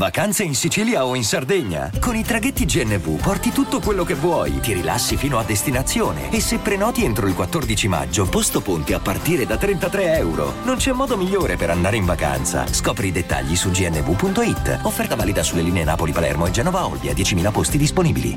Vacanze in Sicilia o in Sardegna? Con i traghetti GNV porti tutto quello che vuoi, ti rilassi fino a destinazione e se prenoti entro il 14 maggio, posto ponti a partire da €33. Non c'è modo migliore per andare in vacanza. Scopri i dettagli su gnv.it. Offerta valida sulle linee Napoli-Palermo e Genova-Olbia, 10.000 posti disponibili.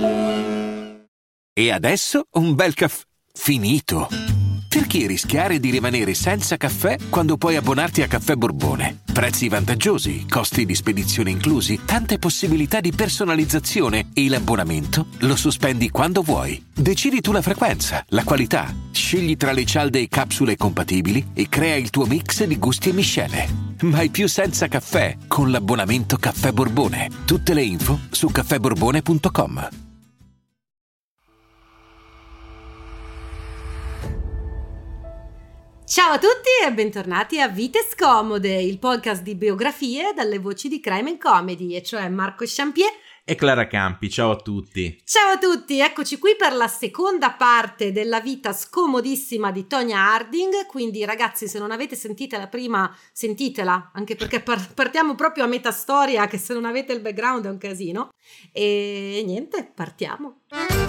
E adesso un bel caffè finito. Perché rischiare di rimanere senza caffè quando puoi abbonarti a Caffè Borbone? Prezzi vantaggiosi, costi di spedizione inclusi, tante possibilità di personalizzazione e l'abbonamento lo sospendi quando vuoi. Decidi tu la frequenza, la qualità, scegli tra le cialde e capsule compatibili e crea il tuo mix di gusti e miscele. Mai più senza caffè con l'abbonamento Caffè Borbone. Tutte le info su caffèborbone.com. Ciao a tutti e bentornati a Vite Scomode, il podcast di biografie dalle voci di Crime and Comedy, e cioè Marco Champier e Clara Campi. Ciao a tutti. Ciao a tutti, eccoci qui per la seconda parte della vita scomodissima di Tonya Harding. Quindi ragazzi, se non avete sentita la prima, sentitela, anche perché partiamo proprio a metà storia, che se non avete il background è un casino. E niente, partiamo.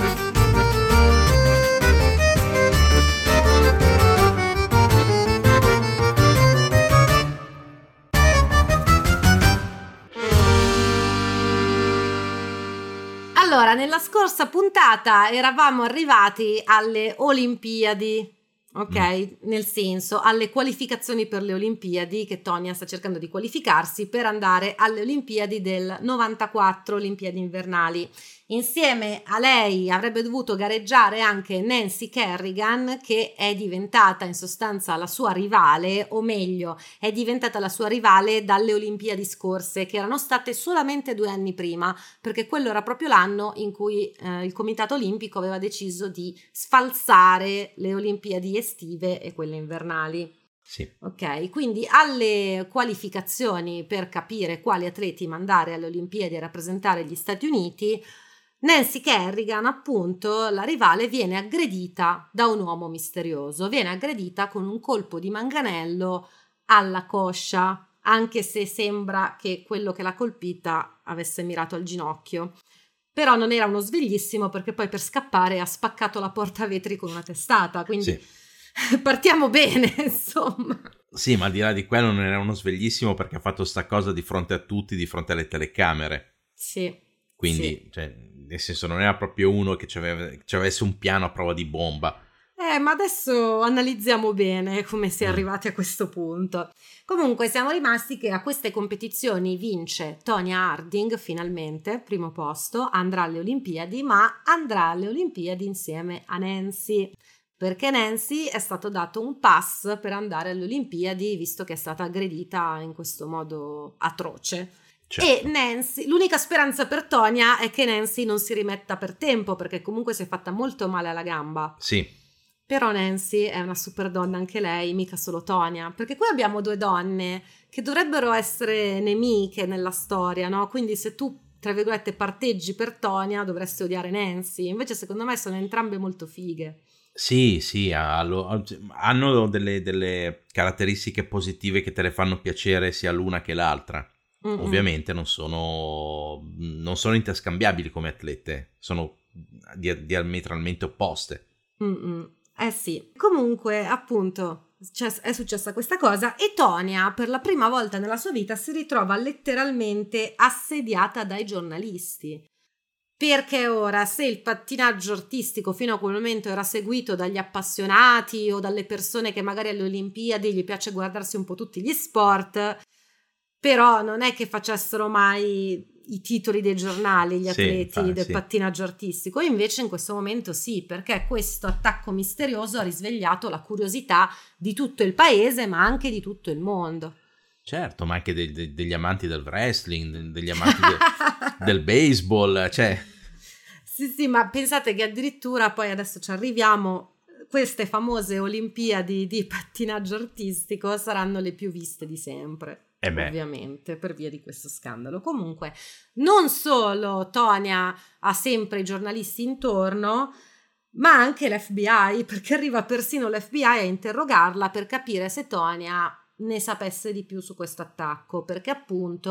Allora, nella scorsa puntata eravamo arrivati alle Olimpiadi, ok? Nel senso, alle qualificazioni per le Olimpiadi, che Tonya sta cercando di qualificarsi per andare alle Olimpiadi del 94, Olimpiadi invernali. Insieme a lei avrebbe dovuto gareggiare anche Nancy Kerrigan, che è diventata in sostanza la sua rivale, o meglio, è diventata la sua rivale dalle Olimpiadi scorse, che erano state solamente 2 anni prima, perché quello era proprio l'anno in cui il Comitato Olimpico aveva deciso di sfalsare le Olimpiadi estive e quelle invernali. Sì. Ok, quindi alle qualificazioni per capire quali atleti mandare alle Olimpiadi a rappresentare gli Stati Uniti, Nancy Kerrigan, appunto, la rivale, viene aggredita da un uomo misterioso, viene aggredita con un colpo di manganello alla coscia, anche se sembra che quello che l'ha colpita avesse mirato al ginocchio. Però non era uno sveglissimo, perché poi per scappare ha spaccato la porta a vetri con una testata, quindi sì. Partiamo bene, insomma. Sì, ma al di là di quello non era uno sveglissimo, perché ha fatto sta cosa di fronte a tutti, di fronte alle telecamere. Sì. Quindi, sì. Cioè, nel senso, non era proprio uno che ci avesse un piano a prova di bomba. Ma adesso analizziamo bene come si è arrivati a questo punto. Comunque siamo rimasti che a queste competizioni vince Tonya Harding, finalmente, primo posto, andrà alle Olimpiadi, ma andrà alle Olimpiadi insieme a Nancy, perché Nancy è stato dato un pass per andare alle Olimpiadi, visto che è stata aggredita in questo modo atroce. Certo. E Nancy, l'unica speranza per Tonya è che Nancy non si rimetta per tempo, perché comunque si è fatta molto male alla gamba. Sì. Però Nancy è una super donna anche lei, mica solo Tonya, perché qui abbiamo 2 donne che dovrebbero essere nemiche nella storia, no? Quindi se tu, tra virgolette, parteggi per Tonya, dovresti odiare Nancy. Invece secondo me sono entrambe molto fighe. Sì, hanno delle caratteristiche positive che te le fanno piacere sia l'una che l'altra. Mm-mm. Ovviamente non sono interscambiabili come atlete, sono diametralmente opposte. Mm-mm. Sì, comunque appunto è successa questa cosa e Tonya per la prima volta nella sua vita si ritrova letteralmente assediata dai giornalisti. Perché ora, se il pattinaggio artistico fino a quel momento era seguito dagli appassionati o dalle persone che magari alle Olimpiadi gli piace guardarsi un po' tutti gli sport, però non è che facessero mai i titoli dei giornali gli atleti del pattinaggio artistico. E invece in questo momento sì, perché questo attacco misterioso ha risvegliato la curiosità di tutto il paese, ma anche di tutto il mondo. Certo, ma anche degli amanti del wrestling, degli amanti del baseball, cioè... Sì, ma pensate che addirittura poi adesso ci arriviamo, queste famose Olimpiadi di pattinaggio artistico saranno le più viste di sempre. Ovviamente per via di questo scandalo. Comunque non solo Tonya ha sempre i giornalisti intorno, ma anche l'FBI, perché arriva persino l'FBI a interrogarla per capire se Tonya ne sapesse di più su questo attacco, perché appunto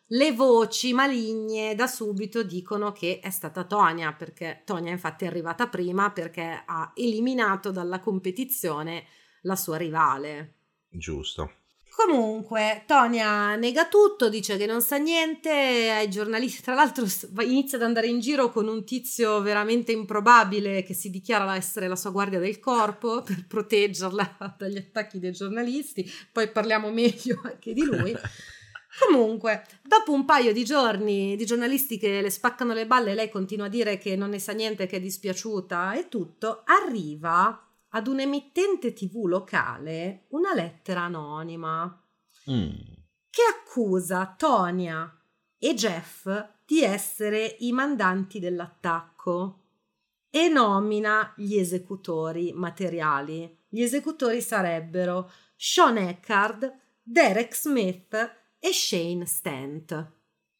le voci maligne da subito dicono che è stata Tonya, perché Tonya infatti è arrivata prima perché ha eliminato dalla competizione la sua rivale. Giusto. Comunque Tonya nega tutto, dice che non sa niente ai giornalisti, tra l'altro inizia ad andare in giro con un tizio veramente improbabile che si dichiara essere la sua guardia del corpo per proteggerla dagli attacchi dei giornalisti, poi parliamo meglio anche di lui. Comunque, dopo un paio di giorni di giornalisti che le spaccano le balle, lei continua a dire che non ne sa niente, che è dispiaciuta e tutto, arriva ad un emittente TV locale una lettera anonima che accusa Tonya e Jeff di essere i mandanti dell'attacco e nomina gli esecutori materiali. Gli esecutori sarebbero Sean Eckhart, Derek Smith e Shane Stent.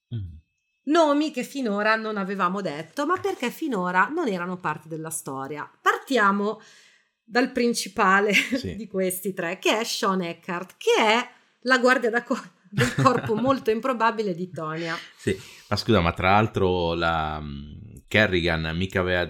Nomi che finora non avevamo detto, ma perché finora non erano parte della storia. Partiamo dal principale di questi tre, che è Sean Eckhart, che è la guardia del corpo molto improbabile di Tonya. Sì, ma scusa, ma tra l'altro Nancy Kerrigan mica aveva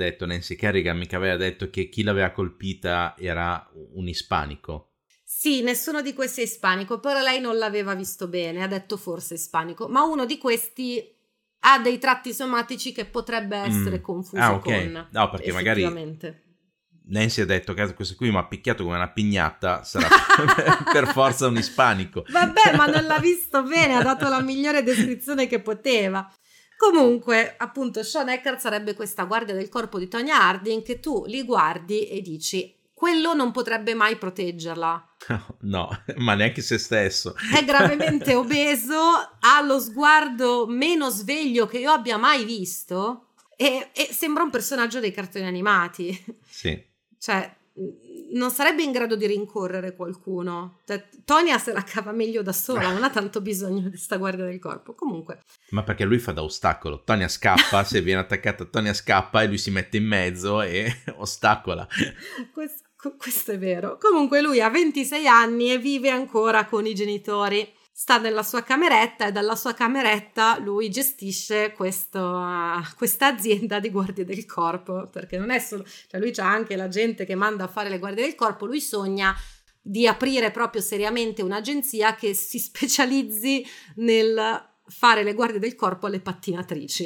detto che chi l'aveva colpita era un ispanico. Sì, nessuno di questi è ispanico, però lei non l'aveva visto bene, ha detto forse ispanico, ma uno di questi ha dei tratti somatici che potrebbe essere confuso con... No, perché magari Nancy ha detto che questo qui mi ha picchiato come una pignata, sarà per forza un ispanico. Vabbè, ma non l'ha visto bene, ha dato la migliore descrizione che poteva. Comunque, appunto, Sean Eckhart sarebbe questa guardia del corpo di Tonya Harding che tu li guardi e dici, quello non potrebbe mai proteggerla. No, ma neanche se stesso. È gravemente obeso, ha lo sguardo meno sveglio che io abbia mai visto e sembra un personaggio dei cartoni animati. Sì. Cioè, non sarebbe in grado di rincorrere qualcuno. Cioè, Tonya se la cava meglio da sola, non ha tanto bisogno di sta guardia del corpo. Comunque. Ma perché lui fa da ostacolo. Tonya scappa, se viene attaccata Tonya scappa e lui si mette in mezzo e ostacola. Questo è vero. Comunque lui ha 26 anni e vive ancora con i genitori. Sta nella sua cameretta e dalla sua cameretta lui gestisce questa azienda di guardie del corpo, perché non è solo, cioè lui c'ha anche la gente che manda a fare le guardie del corpo, lui sogna di aprire proprio seriamente un'agenzia che si specializzi nel fare le guardie del corpo alle pattinatrici.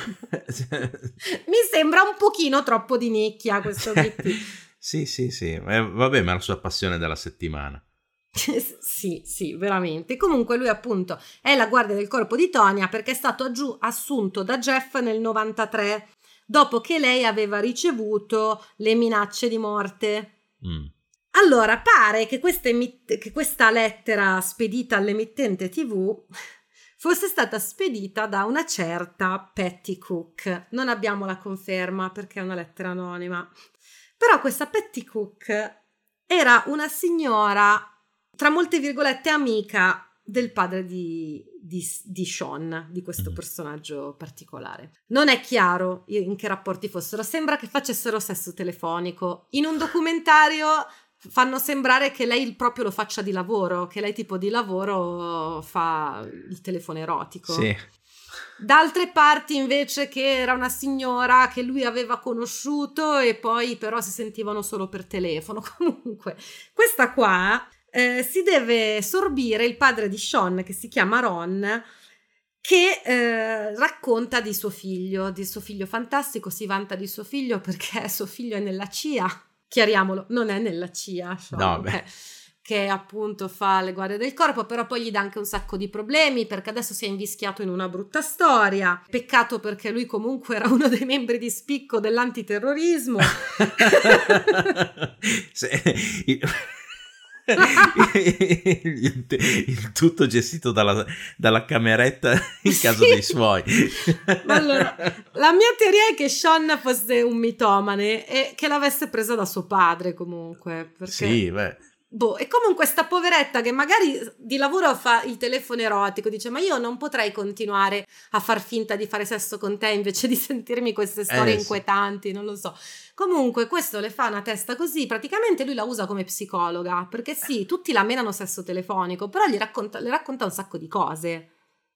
Mi sembra un pochino troppo di nicchia questo obiettivo. Sì. Vabbè, ma è la sua passione della settimana. Sì, veramente. Comunque lui appunto è la guardia del corpo di Tonya perché è stato assunto da Jeff nel 93, dopo che lei aveva ricevuto le minacce di morte. Allora, pare che questa lettera spedita all'emittente TV fosse stata spedita da una certa Patty Cook. Non abbiamo la conferma perché è una lettera anonima. Però questa Patty Cook era una signora, tra molte virgolette, amica del padre di Sean, di questo personaggio particolare. Non è chiaro in che rapporti fossero, sembra che facessero sesso telefonico. In un documentario fanno sembrare che lei proprio lo faccia di lavoro, che lei tipo di lavoro fa il telefono erotico. Sì. Da altre parti invece che era una signora che lui aveva conosciuto e poi però si sentivano solo per telefono. Comunque, questa qua si deve sorbire il padre di Sean, che si chiama Ron, che racconta di suo figlio fantastico, si vanta di suo figlio perché suo figlio è nella CIA. Chiariamolo, non è nella CIA, Sean, no, che appunto fa le guardie del corpo, però poi gli dà anche un sacco di problemi perché adesso si è invischiato in una brutta storia. Peccato perché lui comunque era uno dei membri di spicco dell'antiterrorismo. Il tutto gestito dalla cameretta in casa dei suoi. Allora, la mia teoria è che Sean fosse un mitomane e che l'avesse presa da suo padre comunque, perché... Sì, beh. E comunque sta poveretta che magari di lavoro fa il telefono erotico, dice ma io non potrei continuare a far finta di fare sesso con te invece di sentirmi queste storie inquietanti, non lo so. Comunque questo le fa una testa così, praticamente lui la usa come psicologa, perché sì, tutti la menano sesso telefonico, però le racconta un sacco di cose.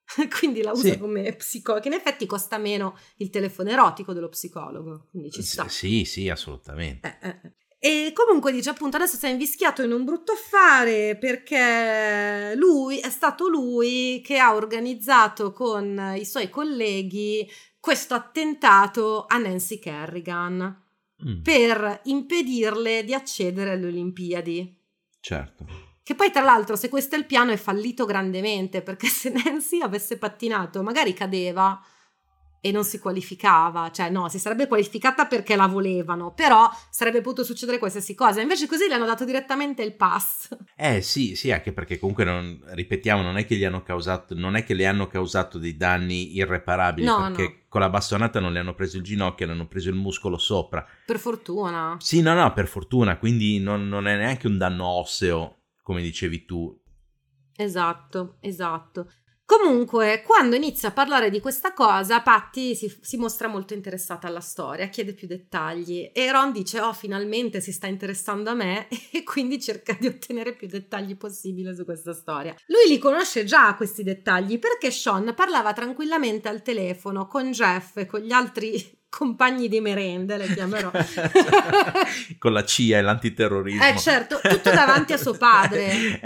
quindi la usa come psicologo, che in effetti costa meno il telefono erotico dello psicologo, quindi ci sta. Sì, assolutamente. E comunque dice appunto adesso si è invischiato in un brutto affare perché è stato lui che ha organizzato con i suoi colleghi questo attentato a Nancy Kerrigan per impedirle di accedere alle Olimpiadi. Certo. Che poi tra l'altro, se questo è il piano, è fallito grandemente, perché se Nancy avesse pattinato magari cadeva e non si qualificava, cioè no, si sarebbe qualificata perché la volevano, però sarebbe potuto succedere qualsiasi cosa, invece così le hanno dato direttamente il pass. Sì, anche perché comunque ripetiamo, non è che le hanno causato dei danni irreparabili, perché con la bastonata non le hanno preso il ginocchio, le hanno preso il muscolo sopra. Per fortuna. Sì, no, per fortuna, quindi non è neanche un danno osseo, come dicevi tu. Esatto. Comunque, quando inizia a parlare di questa cosa, Patty si mostra molto interessata alla storia, chiede più dettagli e Ron dice finalmente si sta interessando a me, e quindi cerca di ottenere più dettagli possibile su questa storia. Lui li conosce già questi dettagli perché Sean parlava tranquillamente al telefono con Jeff e con gli altri compagni di merende, le chiamerò. Con la CIA e l'antiterrorismo. Certo, tutto davanti a suo padre.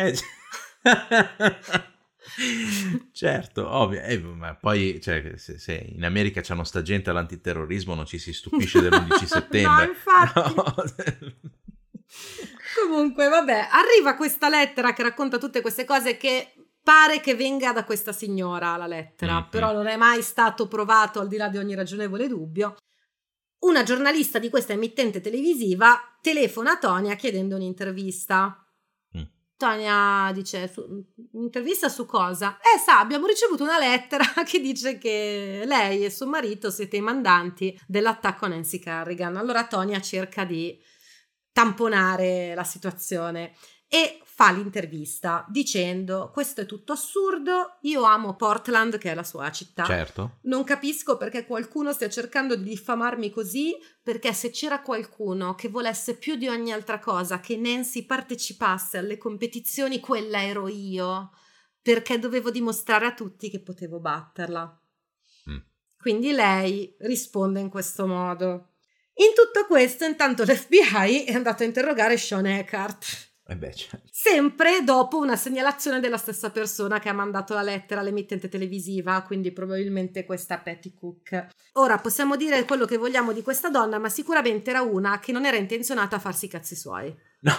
Certo, ovvio, ma poi se in America c'hanno sta gente all'antiterrorismo non ci si stupisce dell'11 settembre. No, infatti. No. Comunque, vabbè, arriva questa lettera che racconta tutte queste cose, che pare che venga da questa signora la lettera, però non è mai stato provato al di là di ogni ragionevole dubbio. Una giornalista di questa emittente televisiva telefona a Tonya chiedendo un'intervista. Tonya dice, un'intervista su cosa? Abbiamo ricevuto una lettera che dice che lei e suo marito siete i mandanti dell'attacco a Nancy Kerrigan. Allora Tonya cerca di tamponare la situazione e fa l'intervista dicendo: questo è tutto assurdo, io amo Portland, che è la sua città. Certo. Non capisco perché qualcuno stia cercando di diffamarmi così, perché se c'era qualcuno che volesse più di ogni altra cosa che Nancy partecipasse alle competizioni, quella ero io, perché dovevo dimostrare a tutti che potevo batterla. Quindi lei risponde in questo modo. In tutto questo, intanto l'FBI è andato a interrogare Sean Eckhart. Sempre dopo una segnalazione della stessa persona che ha mandato la lettera all'emittente televisiva, quindi probabilmente questa Patty Cook. Ora possiamo dire quello che vogliamo di questa donna, ma sicuramente era una che non era intenzionata a farsi i cazzi suoi. No,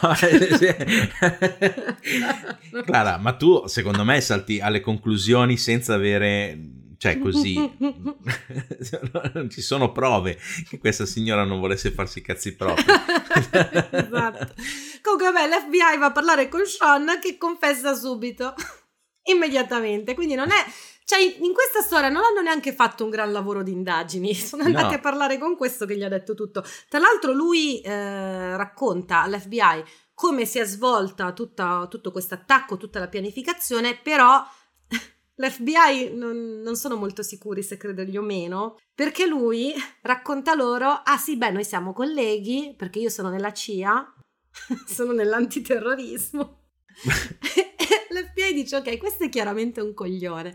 Clara, ma tu secondo me salti alle conclusioni senza avere... Cioè così, non ci sono prove che questa signora non volesse farsi i cazzi propri. Esatto. Comunque l'FBI va a parlare con Sean, che confessa subito, immediatamente, quindi non è... Cioè in questa storia non hanno neanche fatto un gran lavoro di indagini, sono andati a parlare con questo che gli ha detto tutto. Tra l'altro lui racconta all'FBI come si è svolta tutto questo attacco, tutta la pianificazione, però... L'FBI non sono molto sicuri se credergli o meno, perché lui racconta loro: noi siamo colleghi, perché io sono nella CIA, sono nell'antiterrorismo. L'FBI dice: ok, questo è chiaramente un coglione.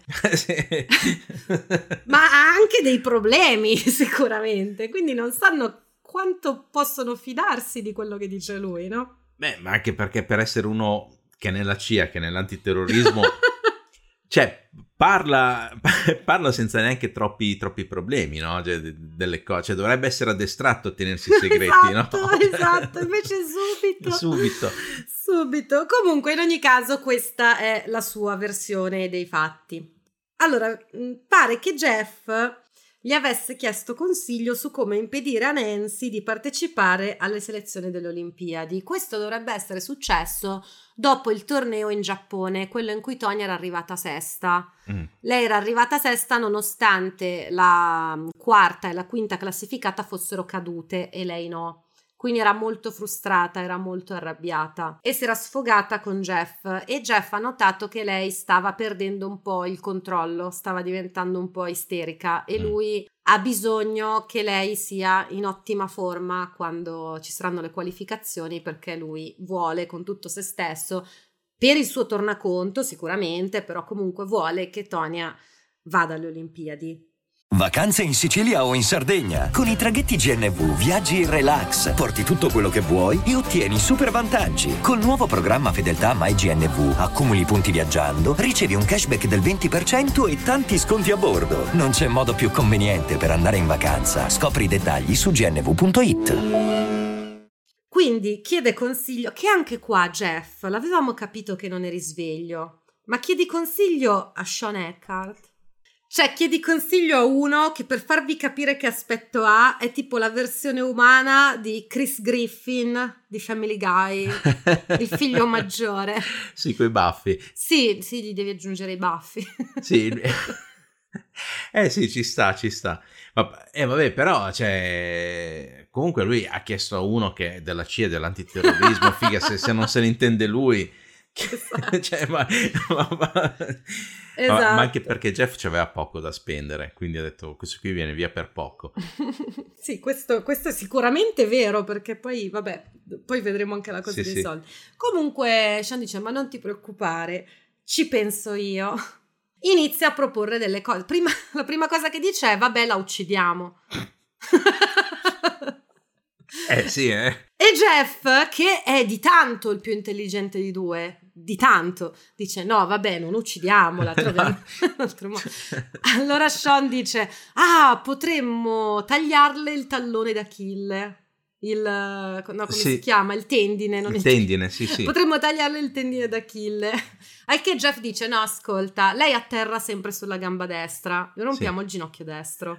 Ma ha anche dei problemi sicuramente, quindi non sanno quanto possono fidarsi di quello che dice lui, no? Ma anche perché per essere uno che è nella CIA, che è nell'antiterrorismo... Cioè, parla senza neanche troppi problemi, no? Cioè, delle cose, cioè, dovrebbe essere addestrato a tenersi i segreti, Esatto, invece subito. Comunque, in ogni caso, questa è la sua versione dei fatti. Allora, pare che Jeff gli avesse chiesto consiglio su come impedire a Nancy di partecipare alle selezioni delle Olimpiadi. Questo dovrebbe essere successo dopo il torneo in Giappone, quello in cui Tonya era arrivata sesta. Lei era arrivata sesta nonostante la quarta e la quinta classificata fossero cadute e lei no. Quindi era molto frustrata, era molto arrabbiata e si era sfogata con Jeff, e Jeff ha notato che lei stava perdendo un po' il controllo, stava diventando un po' isterica, e lui ha bisogno che lei sia in ottima forma quando ci saranno le qualificazioni, perché lui vuole con tutto se stesso, per il suo tornaconto sicuramente, però comunque vuole che Tonya vada alle Olimpiadi. Vacanze in Sicilia o in Sardegna. Con i traghetti GNV viaggi in relax, porti tutto quello che vuoi e ottieni super vantaggi. Col nuovo programma Fedeltà MyGNV accumuli punti viaggiando, ricevi un cashback del 20% e tanti sconti a bordo. Non c'è modo più conveniente per andare in vacanza. Scopri i dettagli su gnv.it. Quindi chiede consiglio, che anche qua Jeff, l'avevamo capito che non eri sveglio, ma chiedi consiglio a Sean Eckhart. Cioè, chiedi consiglio a uno che, per farvi capire che aspetto ha, è tipo la versione umana di Chris Griffin di Family Guy, il figlio maggiore. Sì, coi baffi. Sì, gli devi aggiungere i baffi. Sì. Sì, ci sta. Vabbè, però, cioè, comunque lui ha chiesto a uno che è della CIA, dell'antiterrorismo, figa, se non se ne intende lui. Esatto. Cioè, Esatto. ma anche perché Jeff c'aveva poco da spendere, quindi ha detto questo qui viene via per poco. Sì, questo è sicuramente vero, perché poi vedremo anche la cosa dei soldi. Comunque Sean dice: ma non ti preoccupare, ci penso io. Inizia a proporre delle cose. La prima cosa che dice è: vabbè, la uccidiamo. Sì. E Jeff, che è di tanto il più intelligente di due, di tanto, dice: no, vabbè, non uccidiamola, troviamo un altro modo. Allora Sean dice: potremmo tagliarle il tallone d'Achille, si chiama? Il tendine. Il tendine, sì. Potremmo tagliarle il tendine d'Achille. Al che Jeff dice: no, ascolta, lei atterra sempre sulla gamba destra, rompiamo il ginocchio destro.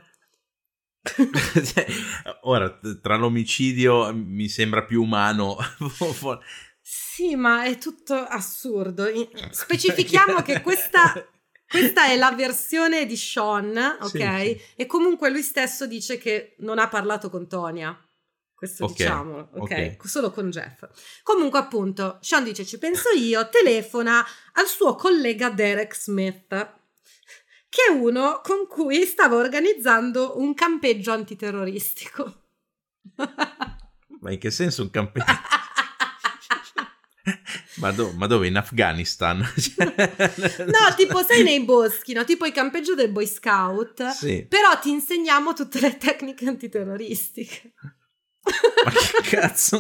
Ora, tra l'omicidio mi sembra più umano. Sì, ma è tutto assurdo. Specifichiamo che questa è la versione di Sean, ok? Sì. E comunque lui stesso dice che non ha parlato con Tonya. Questo diciamo, ok? Solo con Jeff. Comunque, appunto, Sean dice: ci penso io, telefona al suo collega Derek Smith, che è uno con cui stava organizzando un campeggio antiterroristico. Ma in che senso un campeggio? Ma dove? In Afghanistan? No, tipo sei nei boschi, no? Tipo il campeggio del Boy Scout. Sì. Però ti insegniamo tutte le tecniche antiterroristiche. Ma che cazzo?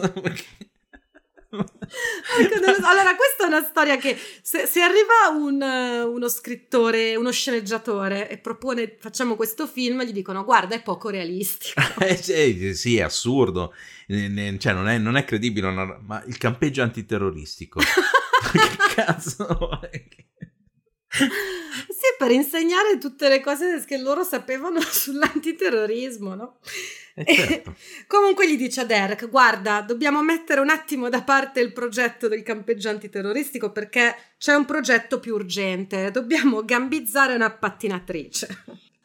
Allora, questa è una storia che se arriva uno scrittore, uno sceneggiatore e propone: facciamo questo film, gli dicono: guarda, è poco realistico. Sì, è assurdo, cioè non è credibile, ma il campeggio antiterroristico. Che cazzo? Sì, per insegnare tutte le cose che loro sapevano sull'antiterrorismo, no? Certo. Comunque gli dice a Derek: guarda, dobbiamo mettere un attimo da parte il progetto del campeggio antiterroristico, perché c'è un progetto più urgente, dobbiamo gambizzare una pattinatrice.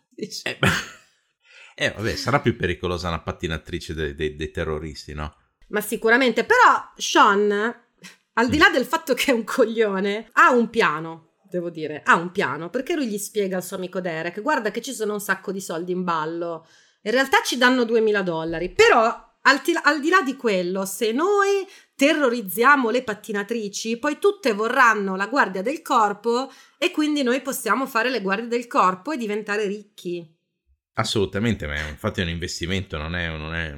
Vabbè, sarà più pericolosa una pattinatrice dei terroristi, no? Ma sicuramente, però Sean, al di là del fatto che è un coglione, ha un piano. Devo dire, ha un piano, perché lui gli spiega al suo amico Derek: guarda che ci sono un sacco di soldi in ballo, in realtà ci danno $2.000, però al di là di quello, se noi terrorizziamo le pattinatrici, poi tutte vorranno la guardia del corpo e quindi noi possiamo fare le guardie del corpo e diventare ricchi. Assolutamente, ma infatti è un investimento, non è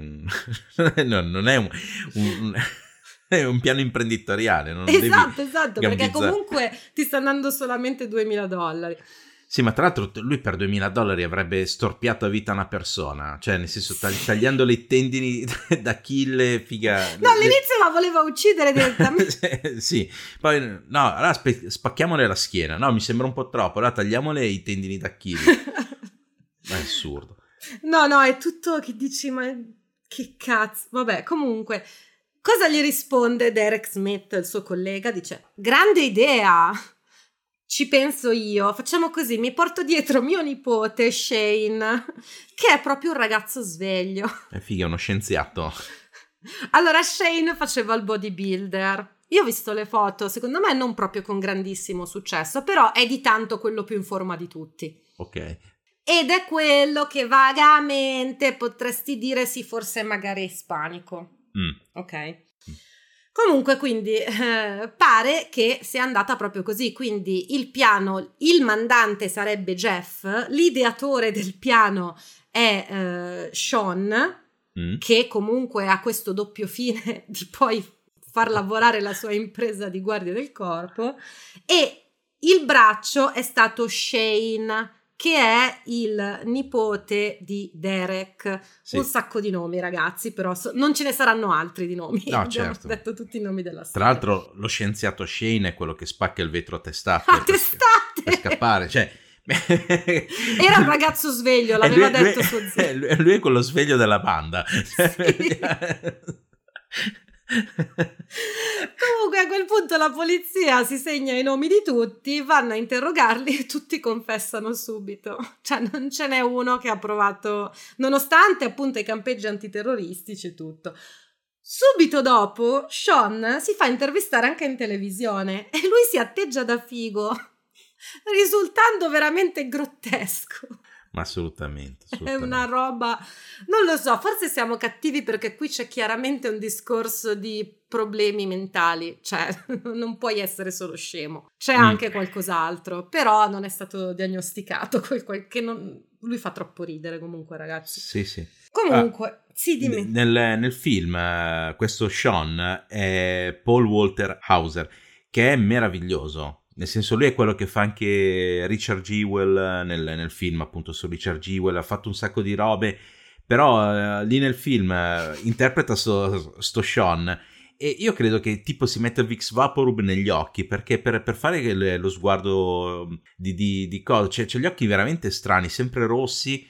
un piano imprenditoriale. Non esatto, perché comunque ti stanno dando solamente $2.000. Sì, ma tra l'altro lui per $2.000 avrebbe storpiato a vita una persona, cioè nel senso tagliandole i tendini d'Achille, figa. No, all'inizio la voleva uccidere direttamente. Sì, poi no, allora spacchiamole la schiena, no, mi sembra un po' troppo, allora tagliamole i tendini d'Achille. Ma è assurdo. No, è tutto che dici, ma che cazzo, vabbè, comunque. Cosa gli risponde Derek Smith, il suo collega? Dice: grande idea, ci penso io, facciamo così, mi porto dietro mio nipote Shane, che è proprio un ragazzo sveglio. È figa, uno scienziato. Allora Shane faceva il bodybuilder. Io ho visto le foto, secondo me non proprio con grandissimo successo, però è di tanto quello più in forma di tutti. Ok. Ed è quello che vagamente potresti dire sì, forse magari è ispanico. Ok. Comunque, quindi pare che sia andata proprio così, quindi il piano, il mandante sarebbe Jeff, l'ideatore del piano è Sean, che comunque ha questo doppio fine di poi far lavorare la sua impresa di guardia del corpo, e il braccio è stato Shane, che è il nipote di Derek. Sì. Un sacco di nomi, ragazzi, però non ce ne saranno altri di nomi. No, abbiamo certo. detto tutti i nomi della Tra storia. l'altro lo scienziato Shane è quello che spacca il vetro a testate, A testate! per scappare, cioè... Era un ragazzo sveglio, l'aveva detto suo zio. Lui è quello sveglio della banda. Sì. Comunque a quel punto la polizia si segna i nomi di tutti, vanno a interrogarli e tutti confessano subito, cioè non ce n'è uno che ha provato, nonostante appunto i campeggi antiterroristici e tutto. Subito dopo Sean si fa intervistare anche in televisione e lui si atteggia da figo, risultando veramente grottesco. Ma assolutamente. È una roba, non lo so, forse siamo cattivi perché qui c'è chiaramente un discorso di problemi mentali, cioè non puoi essere solo scemo, c'è anche qualcos'altro, però non è stato diagnosticato, lui fa troppo ridere comunque, ragazzi. Sì. Comunque, sì, dimmi. Nel film questo Sean è Paul Walter Hauser, che è meraviglioso. Nel senso, lui è quello che fa anche Richard Jewell nel film, appunto, su Richard Jewell, ha fatto un sacco di robe, però lì nel film interpreta sto Sean, e io credo che tipo si mette Vicks Vaporub negli occhi, perché per fare lo sguardo di cosa, cioè c'è gli occhi veramente strani, sempre rossi,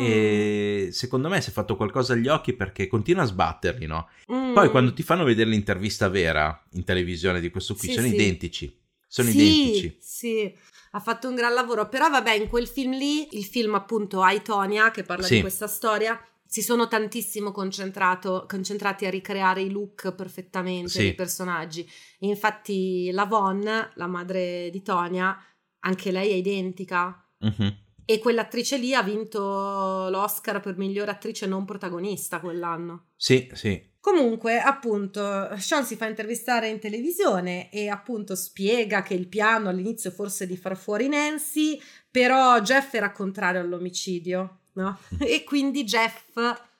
e secondo me si è fatto qualcosa agli occhi perché continua a sbatterli, no? Poi quando ti fanno vedere l'intervista vera in televisione di questo qui, sono identici. Sono identici. Sì, ha fatto un gran lavoro, però vabbè, in quel film lì, il film appunto I, Tonya, che parla di questa storia, si sono tantissimo concentrati a ricreare i look perfettamente dei personaggi. Infatti la Von, la madre di Tonya, anche lei è identica. E quell'attrice lì ha vinto l'Oscar per miglior attrice non protagonista quell'anno. Sì. Comunque, appunto, Sean si fa intervistare in televisione e appunto spiega che il piano all'inizio forse di far fuori Nancy, però Jeff era contrario all'omicidio, no? E quindi Jeff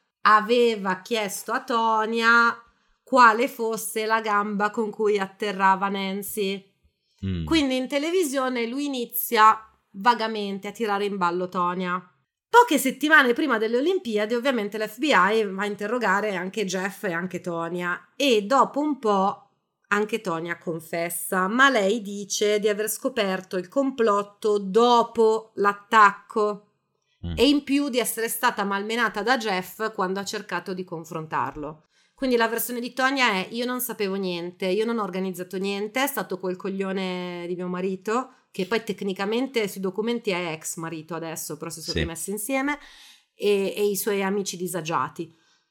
aveva chiesto a Tonya quale fosse la gamba con cui atterrava Nancy. Quindi in televisione lui inizia vagamente a tirare in ballo Tonya. Poche settimane prima delle Olimpiadi, ovviamente l'FBI va a interrogare anche Jeff e anche Tonya, e dopo un po' anche Tonya confessa, ma lei dice di aver scoperto il complotto dopo l'attacco e in più di essere stata malmenata da Jeff quando ha cercato di confrontarlo. Quindi la versione di Tonya è: io non sapevo niente, io non ho organizzato niente, è stato quel coglione di mio marito, che poi tecnicamente sui documenti è ex marito adesso, però si sono rimessi insieme, e i suoi amici disagiati.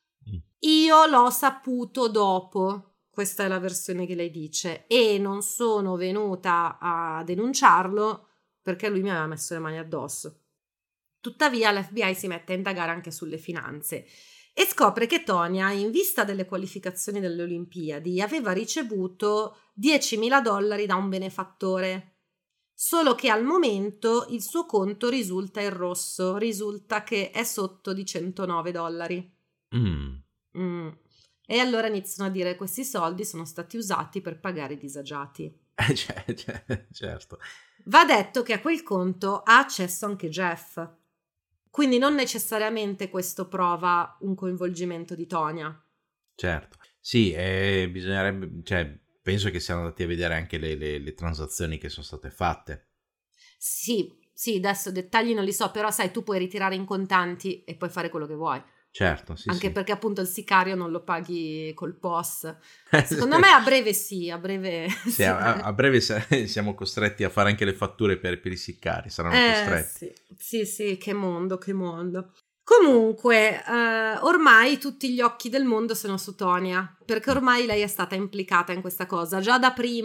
Io l'ho saputo dopo, questa è la versione che lei dice, e non sono venuta a denunciarlo perché lui mi aveva messo le mani addosso. Tuttavia l'FBI si mette a indagare anche sulle finanze e scopre che Tonya, in vista delle qualificazioni delle Olimpiadi, aveva ricevuto $10.000 da un benefattore. Solo che al momento il suo conto risulta in rosso, risulta che è sotto di $109. E allora iniziano a dire che questi soldi sono stati usati per pagare i disagiati. Certo. Va detto che a quel conto ha accesso anche Jeff, quindi non necessariamente questo prova un coinvolgimento di Tonya. Certo, sì, bisognerebbe, cioè, penso che siano andati a vedere anche le transazioni che sono state fatte. Sì, adesso dettagli non li so, però sai, tu puoi ritirare in contanti e puoi fare quello che vuoi. Certo, sì. Anche perché appunto il sicario non lo paghi col POS. Secondo me a breve sì, a breve... Sì, a breve siamo costretti a fare anche le fatture per i sicari, saranno costretti. Sì, che mondo. Comunque, ormai tutti gli occhi del mondo sono su Tonya, perché ormai lei è stata implicata in questa cosa, già da prima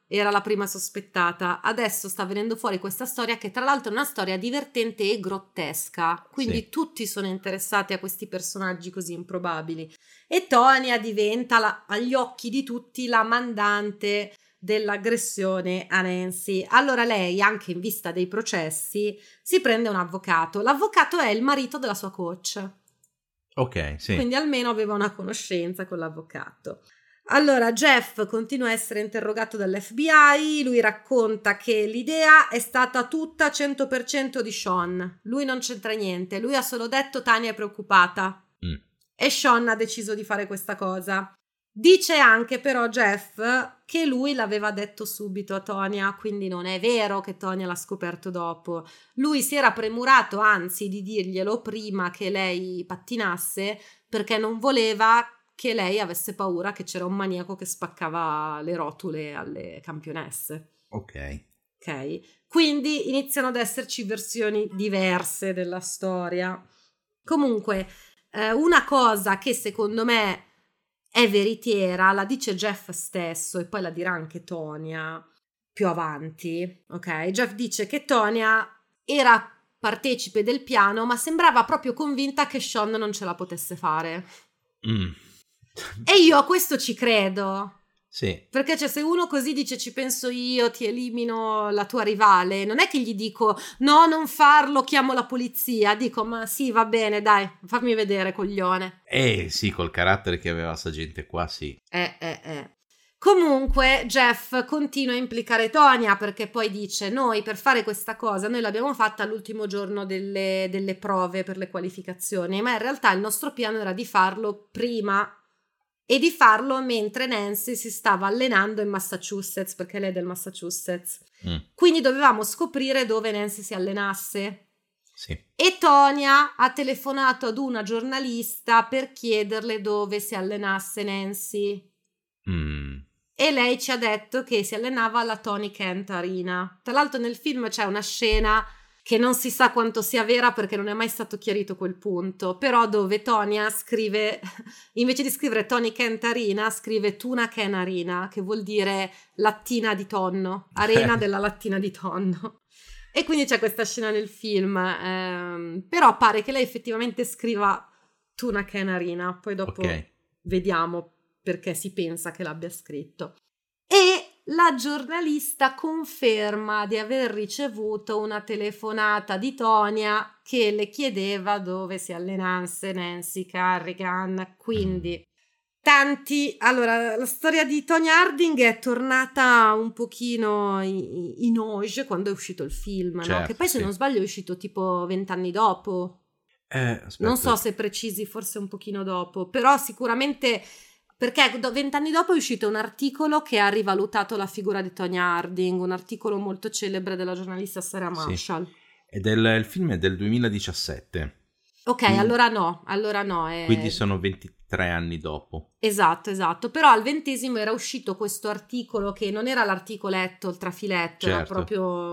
era la prima sospettata. Adesso sta venendo fuori questa storia che tra l'altro è una storia divertente e grottesca, quindi Sì. tutti sono interessati a questi personaggi così improbabili e Tonya diventa agli occhi di tutti la mandante dell'aggressione a Nancy. Allora lei, anche in vista dei processi, si prende un avvocato. L'avvocato è il marito della sua coach. Ok, sì. Quindi almeno aveva una conoscenza con l'avvocato. Allora Jeff continua a essere interrogato dall'FBI, lui racconta che l'idea è stata tutta 100% di Sean, lui non c'entra niente, lui ha solo detto Tanya è preoccupata e Sean ha deciso di fare questa cosa. Dice anche però Jeff che lui l'aveva detto subito a Tonya, quindi non è vero che Tonya l'ha scoperto dopo. Lui si era premurato anzi di dirglielo prima che lei pattinasse perché non voleva che lei avesse paura che c'era un maniaco che spaccava le rotule alle campionesse. Ok. Quindi iniziano ad esserci versioni diverse della storia. Comunque, una cosa che secondo me è veritiera, la dice Jeff stesso e poi la dirà anche Tonya più avanti, ok? Jeff dice che Tonya era partecipe del piano, ma sembrava proprio convinta che Sean non ce la potesse fare. E io a questo ci credo. Sì. Perché cioè, se uno così dice ci penso io, ti elimino la tua rivale, non è che gli dico no, non farlo, chiamo la polizia, dico ma sì, va bene, dai, fammi vedere, coglione. Sì, col carattere che aveva sta gente qua, sì. Comunque Jeff continua a implicare Tonya perché poi dice noi per fare questa cosa noi l'abbiamo fatta all'ultimo giorno delle prove per le qualificazioni, ma in realtà il nostro piano era di farlo prima e di farlo mentre Nancy si stava allenando in Massachusetts, perché lei è del Massachusetts. Quindi dovevamo scoprire dove Nancy si allenasse. Sì. E Tonya ha telefonato ad una giornalista per chiederle dove si allenasse Nancy. E lei ci ha detto che si allenava alla Tony Kent Arena. Tra l'altro nel film c'è una scena che non si sa quanto sia vera perché non è mai stato chiarito quel punto, però dove Tonya scrive, invece di scrivere Tony Kent Arena, scrive Tuna Can Arena, che vuol dire lattina di tonno, arena della lattina di tonno. E quindi c'è questa scena nel film, però pare che lei effettivamente scriva Tuna Can Arena, poi dopo vediamo perché si pensa che l'abbia scritto. E la giornalista conferma di aver ricevuto una telefonata di Tonya che le chiedeva dove si allenasse Nancy Kerrigan. Quindi allora la storia di Tonya Harding è tornata un pochino in auge quando è uscito il film, certo, no? Che poi se non sbaglio è uscito tipo 20 anni dopo. Non so se precisi, forse un pochino dopo, però sicuramente perché 20 anni dopo è uscito un articolo che ha rivalutato la figura di Tonya Harding, un articolo molto celebre della giornalista Sarah Marshall. Sì. Ed il film è del 2017. Ok, quindi, allora no. Quindi sono 23 anni dopo. Esatto. Però al 20° era uscito questo articolo che non era l'articoletto, il trafiletto, certo. Era proprio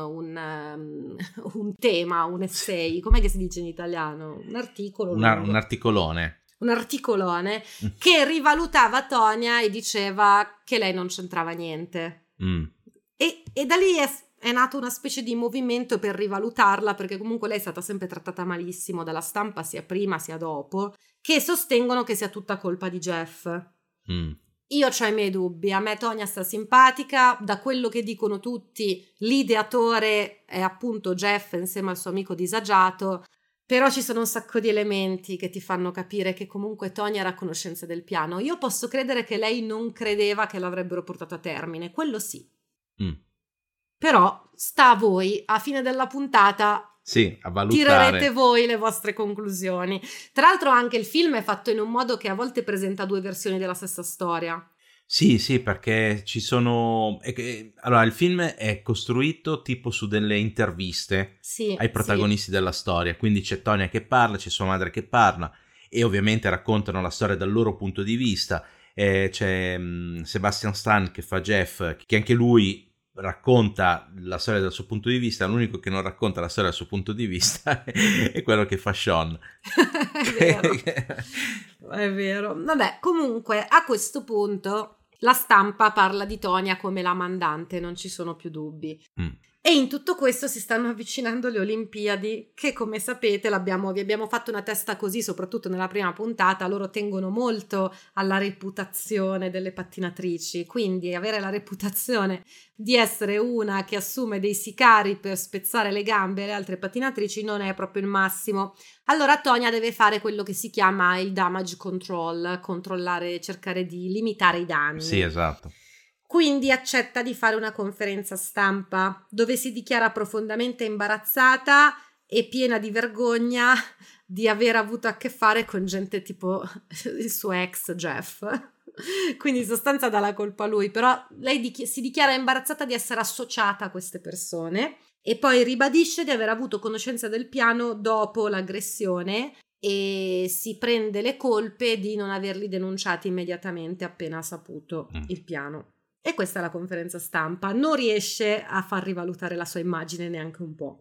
un tema, un essay. Com'è che si dice in italiano? Un articolo. Un articolone. Un articolone che rivalutava Tonya e diceva che lei non c'entrava niente. E da lì è nato una specie di movimento per rivalutarla, perché comunque lei è stata sempre trattata malissimo dalla stampa, sia prima sia dopo, che sostengono che sia tutta colpa di Jeff. Io c'ho i miei dubbi, a me Tonya sta simpatica, da quello che dicono tutti l'ideatore è appunto Jeff insieme al suo amico disagiato. Però ci sono un sacco di elementi che ti fanno capire che comunque Tonya era a conoscenza del piano. Io posso credere che lei non credeva che l'avrebbero portato a termine, quello sì. Però sta a voi, a fine della puntata a valutare. Tirerete voi le vostre conclusioni. Tra l'altro anche il film è fatto in un modo che a volte presenta due versioni della stessa storia. Sì, perché ci sono... Allora, il film è costruito tipo su delle interviste ai protagonisti della storia, quindi c'è Tonya che parla, c'è sua madre che parla e ovviamente raccontano la storia dal loro punto di vista. C'è Sebastian Stan che fa Jeff, che anche lui racconta la storia dal suo punto di vista. L'unico che non racconta la storia dal suo punto di vista è quello che fa Sean. È vero. Vabbè, comunque a questo punto La stampa parla di Tonya come la mandante, non ci sono più dubbi. E in tutto questo si stanno avvicinando le Olimpiadi, che come sapete vi abbiamo fatto una testa così, soprattutto nella prima puntata. Loro tengono molto alla reputazione delle pattinatrici, quindi avere la reputazione di essere una che assume dei sicari per spezzare le gambe alle altre pattinatrici non è proprio il massimo. Allora Tonya deve fare quello che si chiama il damage control, controllare, cercare di limitare i danni. Sì, esatto. Quindi accetta di fare una conferenza stampa dove si dichiara profondamente imbarazzata e piena di vergogna di aver avuto a che fare con gente tipo il suo ex Jeff. Quindi in sostanza dà la colpa a lui, però lei si dichiara imbarazzata di essere associata a queste persone e poi ribadisce di aver avuto conoscenza del piano dopo l'aggressione e si prende le colpe di non averli denunciati immediatamente appena saputo il piano. E questa è la conferenza stampa. Non riesce a far rivalutare la sua immagine neanche un po'.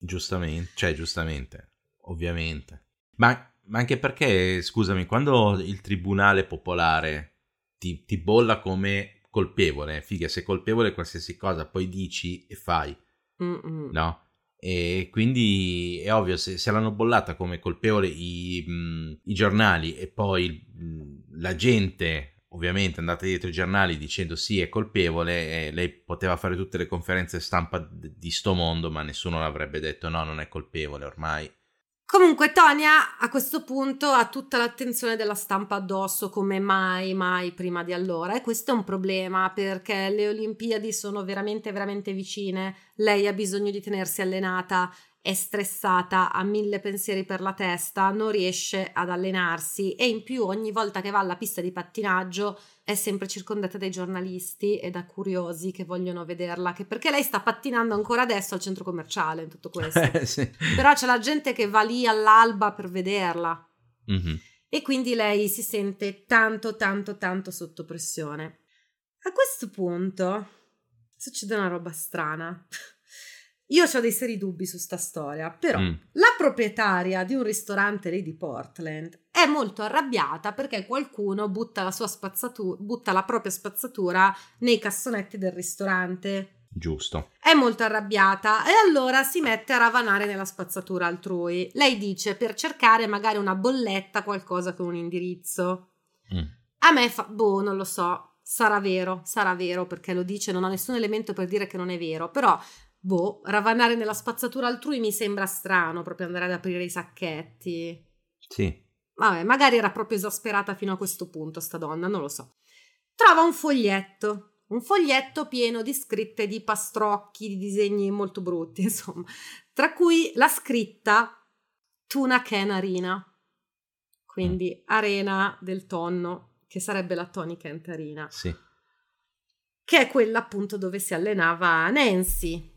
Giustamente, ovviamente. Ma anche perché, scusami, quando il tribunale popolare ti bolla come colpevole, figa, sei colpevole di qualsiasi cosa, poi dici e fai, no? E quindi è ovvio, se l'hanno bollata come colpevole i giornali e poi la gente... Ovviamente andate dietro i giornali dicendo sì è colpevole, e lei poteva fare tutte le conferenze stampa di sto mondo, ma nessuno l'avrebbe detto no, non è colpevole ormai. Comunque Tonya a questo punto ha tutta l'attenzione della stampa addosso come mai prima di allora, e questo è un problema perché le Olimpiadi sono veramente veramente vicine, lei ha bisogno di tenersi allenata, è stressata, ha 1000 pensieri per la testa, non riesce ad allenarsi e in più ogni volta che va alla pista di pattinaggio è sempre circondata dai giornalisti e da curiosi che vogliono vederla, che perché lei sta pattinando ancora adesso al centro commerciale in tutto questo. Sì. Però c'è la gente che va lì all'alba per vederla. Mm-hmm. E quindi lei si sente tanto sotto pressione. A questo punto succede una roba strana. Io ho dei seri dubbi su sta storia, però la proprietaria di un ristorante lì di Portland è molto arrabbiata perché qualcuno butta la propria spazzatura nei cassonetti del ristorante. Giusto. È molto arrabbiata e allora si mette a ravanare nella spazzatura altrui. Lei dice per cercare magari una bolletta, qualcosa con un indirizzo. A me non lo so, sarà vero perché lo dice, non ho nessun elemento per dire che non è vero, però ravanare nella spazzatura altrui mi sembra strano, proprio andare ad aprire i sacchetti. Sì. Vabbè, magari era proprio esasperata fino a questo punto sta donna, non lo so. Trova un foglietto pieno di scritte di pastrocchi, di disegni molto brutti, insomma, tra cui la scritta Tuna Can Arena, quindi arena del tonno, che sarebbe la Tony Kent Arena. Sì. Che è quella appunto dove si allenava Nancy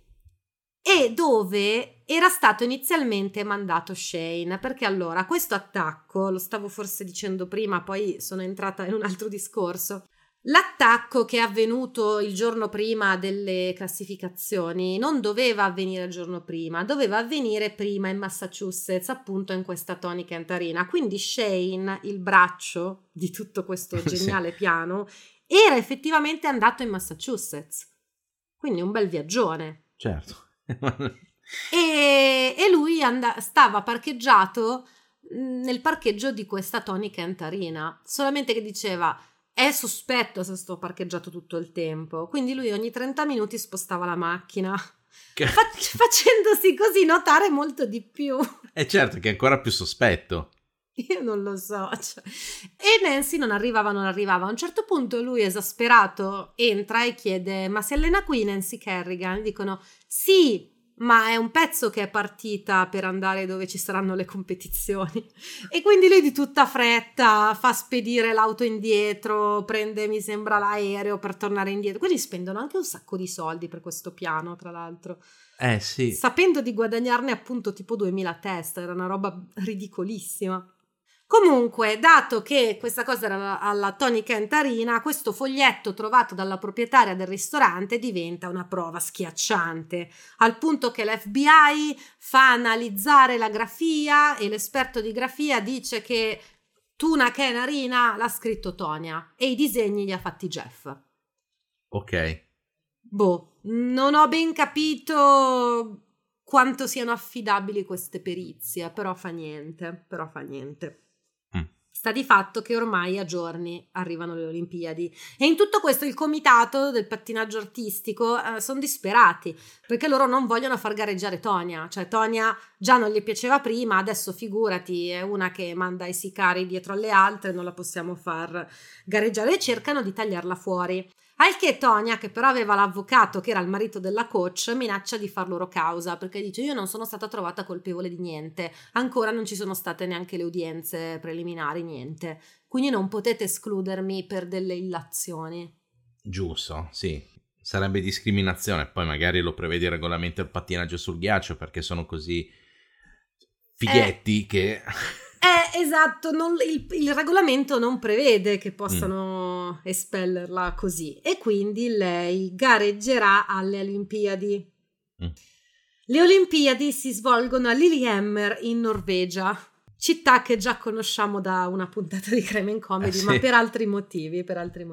e dove era stato inizialmente mandato Shane, perché allora questo attacco, lo stavo forse dicendo prima, poi sono entrata in un altro discorso, l'attacco che è avvenuto il giorno prima delle classificazioni non doveva avvenire il giorno prima, doveva avvenire prima in Massachusetts, appunto in questa Tony Kent Arena, quindi Shane, il braccio di tutto questo geniale piano, era effettivamente andato in Massachusetts, quindi un bel viaggione. Certo. e lui stava parcheggiato nel parcheggio di questa Tony Kent Arena, solamente che diceva è sospetto se sto parcheggiato tutto il tempo, quindi lui ogni 30 minuti spostava la macchina facendosi così notare molto di più. È certo che è ancora più sospetto. Io non lo so, e Nancy non arrivava. A un certo punto lui esasperato entra e chiede ma si allena qui Nancy Kerrigan? Gli dicono sì, ma è un pezzo che è partita per andare dove ci saranno le competizioni, e quindi lui di tutta fretta fa spedire l'auto indietro, prende mi sembra l'aereo per tornare indietro, quindi spendono anche un sacco di soldi per questo piano, tra l'altro. Sì. Sapendo di guadagnarne appunto tipo 2000 a testa, era una roba ridicolissima. Comunque, dato che questa cosa era alla Tony Kent Arena, questo foglietto trovato dalla proprietaria del ristorante diventa una prova schiacciante, al punto che l'FBI fa analizzare la grafia e l'esperto di grafia dice che Tuna che è narina l'ha scritto Tonya e i disegni li ha fatti Jeff. Ok. Boh, non ho ben capito quanto siano affidabili queste perizie, però fa niente. Sta di fatto che ormai a giorni arrivano le Olimpiadi e in tutto questo il comitato del pattinaggio artistico sono disperati perché loro non vogliono far gareggiare Tonya, cioè Tonya già non gli piaceva prima, adesso figurati, è una che manda i sicari dietro alle altre, non la possiamo far gareggiare e cercano di tagliarla fuori. Al che Tonya, che però aveva l'avvocato che era il marito della coach, minaccia di far loro causa perché dice: io non sono stata trovata colpevole di niente, ancora non ci sono state neanche le udienze preliminari, niente, quindi non potete escludermi per delle illazioni. Giusto, sì, sarebbe discriminazione, poi magari lo prevede il regolamento del pattinaggio sul ghiaccio perché sono così fighetti che... Esatto, il regolamento non prevede che possano espellerla così e quindi lei gareggerà alle Olimpiadi. Le Olimpiadi si svolgono a Lillehammer in Norvegia, città che già conosciamo da una puntata di Crime and Comedy, sì. ma per altri motivi.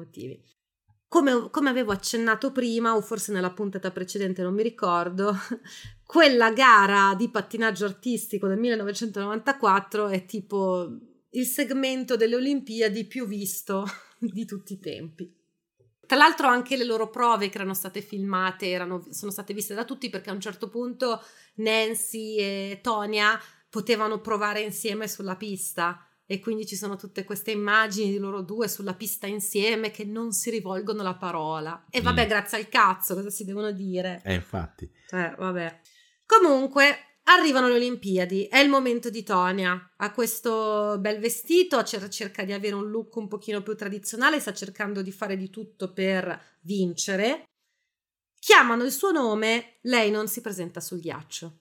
Come avevo accennato prima, o forse nella puntata precedente, non mi ricordo, quella gara di pattinaggio artistico del 1994 è tipo il segmento delle Olimpiadi più visto di tutti i tempi. Tra l'altro anche le loro prove che erano state filmate sono state viste da tutti perché a un certo punto Nancy e Tonya potevano provare insieme sulla pista. E quindi ci sono tutte queste immagini di loro due sulla pista insieme che non si rivolgono la parola. E vabbè, grazie al cazzo, cosa si devono dire? Infatti. Vabbè. Comunque, arrivano le Olimpiadi, è il momento di Tonya. Ha questo bel vestito, cerca di avere un look un pochino più tradizionale, sta cercando di fare di tutto per vincere. Chiamano il suo nome, lei non si presenta sul ghiaccio.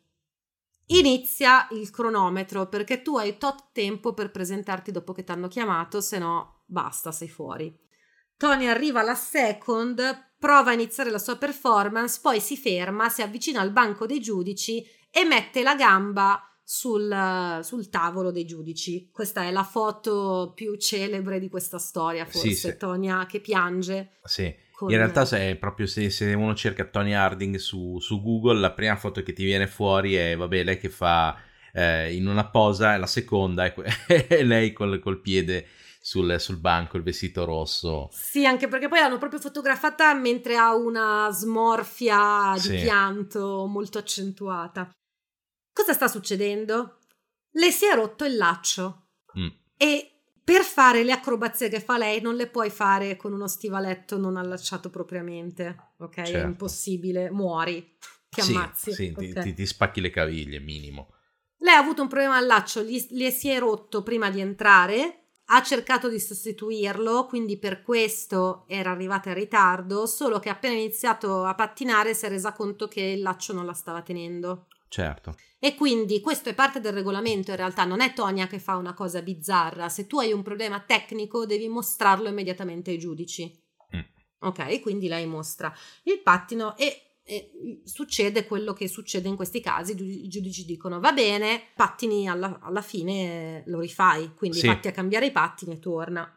Inizia il cronometro perché tu hai tot tempo per presentarti dopo che ti hanno chiamato, se no basta, sei fuori. Tonya arriva alla second, prova a iniziare la sua performance, poi si ferma, si avvicina al banco dei giudici e mette la gamba sul tavolo dei giudici. Questa è la foto più celebre di questa storia, forse. Sì. Tonya che piange. Sì. In realtà se uno cerca Tonya Harding su Google, la prima foto che ti viene fuori è lei che fa in una posa, e la seconda è lei col piede sul banco, il vestito rosso. Sì, anche perché poi l'hanno proprio fotografata mentre ha una smorfia di pianto molto accentuata. Cosa sta succedendo? Le si è rotto il laccio e per fare le acrobazie che fa lei non le puoi fare con uno stivaletto non allacciato propriamente, ok? Certo. È impossibile, muori, ti ammazzi. Sì, okay. ti spacchi le caviglie, minimo. Lei ha avuto un problema al laccio, le si è rotto prima di entrare, ha cercato di sostituirlo, quindi per questo era arrivata in ritardo, solo che appena iniziato a pattinare si è resa conto che il laccio non la stava tenendo. Certo. E quindi questo è parte del regolamento, in realtà non è Tonya che fa una cosa bizzarra, se tu hai un problema tecnico devi mostrarlo immediatamente ai giudici. Ok, quindi lei mostra il pattino e succede quello che succede in questi casi, i giudici dicono va bene, pattini alla fine lo rifai, quindi vatti a cambiare i pattini e torna.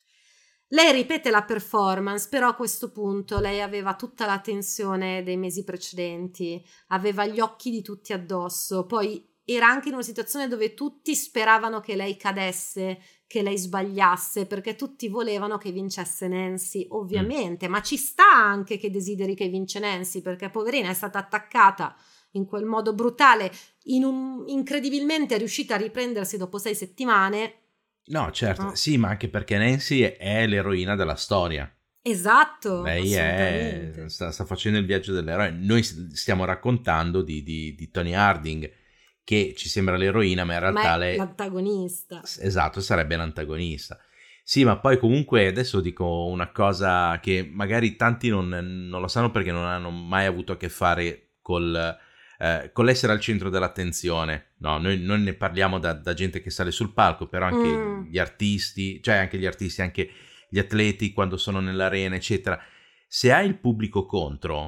Lei ripete la performance, però a questo punto lei aveva tutta la tensione dei mesi precedenti, aveva gli occhi di tutti addosso, poi era anche in una situazione dove tutti speravano che lei cadesse, che lei sbagliasse, perché tutti volevano che vincesse Nancy, ovviamente, ma ci sta anche che desideri che vince Nancy, perché poverina è stata attaccata in quel modo brutale, incredibilmente è riuscita a riprendersi dopo 6 settimane. No, certo, no. Sì, ma anche perché Nancy è l'eroina della storia. Esatto. Lei sta facendo il viaggio dell'eroe. Noi stiamo raccontando di Tonya Harding, che ci sembra l'eroina, ma in realtà è l'antagonista. Esatto, sarebbe l'antagonista. Sì, ma poi comunque adesso dico una cosa che magari tanti non lo sanno perché non hanno mai avuto a che fare con l'essere al centro dell'attenzione. No, noi ne parliamo da gente che sale sul palco, però anche gli artisti, anche gli atleti quando sono nell'arena, eccetera. Se hai il pubblico contro,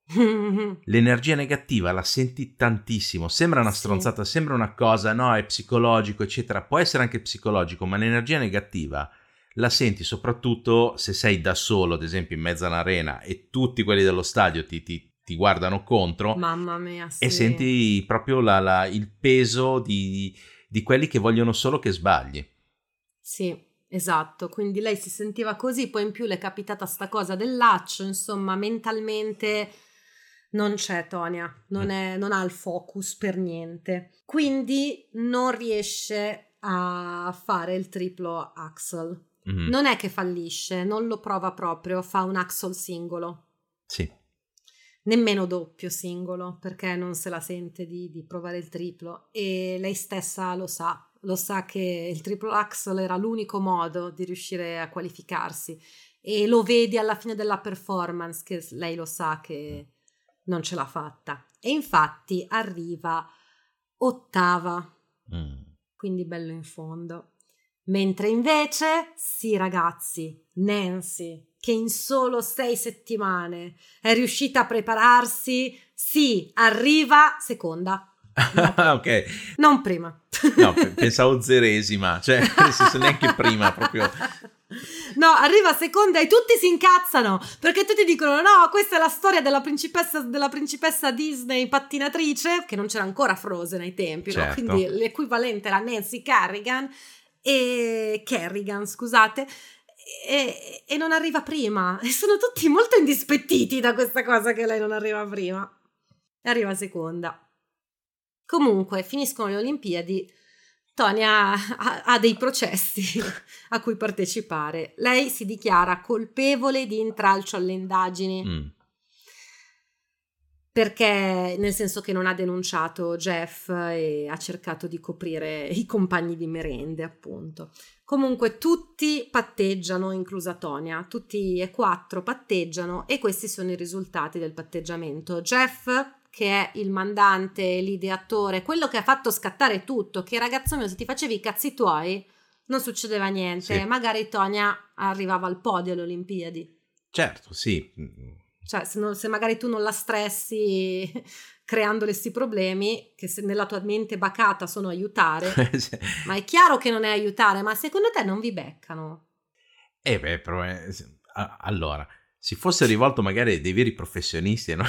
L'energia negativa la senti tantissimo, sembra una stronzata, sembra una cosa, no, è psicologico, eccetera, può essere anche psicologico, ma l'energia negativa la senti soprattutto se sei da solo, ad esempio in mezzo all'arena, e tutti quelli dello stadio ti guardano contro. Mamma mia, sì. E senti proprio il peso di quelli che vogliono solo che sbagli. Sì, esatto, quindi lei si sentiva così, poi in più le è capitata sta cosa del laccio, insomma, mentalmente non c'è Tonia, non ha il focus per niente, quindi non riesce a fare il triplo axel. Non è che fallisce, non lo prova proprio, fa un axel singolo. Sì. Nemmeno doppio singolo, perché non se la sente di provare il triplo, e lei stessa lo sa che il triplo axel era l'unico modo di riuscire a qualificarsi, e lo vedi alla fine della performance che lei lo sa che non ce l'ha fatta, e infatti arriva ottava, quindi bello in fondo. Mentre invece, sì ragazzi, Nancy, che in solo 6 settimane è riuscita a prepararsi, sì, arriva seconda. No, ok. Non prima. No, pensavo zeresima, cioè nel senso neanche prima, proprio. No, arriva seconda e tutti si incazzano perché tutti dicono no, questa è la storia della principessa Disney pattinatrice, che non c'era ancora Frozen ai tempi, certo. No? Quindi l'equivalente era Nancy Kerrigan, scusate, e non arriva prima, e sono tutti molto indispettiti da questa cosa che lei non arriva prima, e arriva seconda. Comunque finiscono le Olimpiadi, Tonia ha dei processi a cui partecipare. Lei si dichiara colpevole di intralcio alle indagini, perché nel senso che non ha denunciato Jeff e ha cercato di coprire i compagni di merende, appunto. Comunque tutti patteggiano, inclusa Tonia, tutti e 4 patteggiano, e questi sono i risultati del patteggiamento. Jeff, che è il mandante, l'ideatore, quello che ha fatto scattare tutto, che ragazzo mio, se ti facevi i cazzi tuoi non succedeva niente, sì. Magari Tonia arrivava al podio alle Olimpiadi. Certo, sì. Cioè se magari tu non la stressi creandole sti problemi, che se nella tua mente bacata sono aiutare, ma è chiaro che non è aiutare, ma secondo te non vi beccano? Però allora, si fosse rivolto magari a dei veri professionisti, no?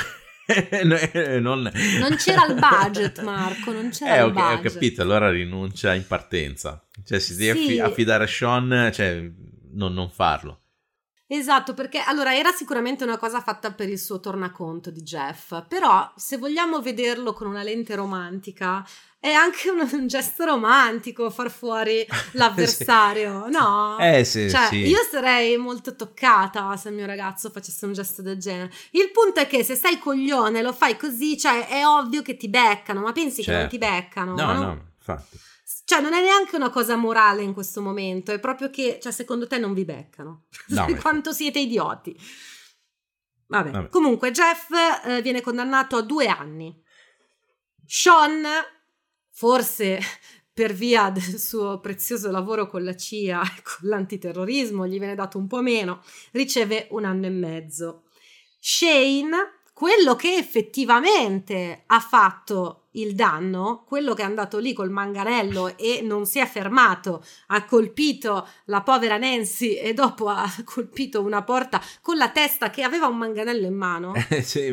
Non c'era il budget, Marco, non c'era il budget. Ho capito, allora rinuncia in partenza, cioè si deve affidare a Sean, cioè non farlo. Esatto, perché allora era sicuramente una cosa fatta per il suo tornaconto di Jeff, però se vogliamo vederlo con una lente romantica è anche un gesto romantico far fuori l'avversario, sì. No? Sì, cioè, sì. Io sarei molto toccata se il mio ragazzo facesse un gesto del genere. Il punto è che se sei coglione lo fai così, cioè è ovvio che ti beccano, ma pensi che non ti beccano? No, infatti. Cioè non è neanche una cosa morale in questo momento, è proprio che, cioè, secondo te non vi beccano. No, quanto siete idioti. Vabbè. Comunque Jeff viene condannato a 2 anni. Sean, forse per via del suo prezioso lavoro con la CIA e con l'antiterrorismo, gli viene dato un po' meno, riceve 1 anno e mezzo. Shane, quello che effettivamente ha fatto il danno, quello che è andato lì col manganello e non si è fermato, ha colpito la povera Nancy e dopo ha colpito una porta con la testa che aveva un manganello in mano. Sì,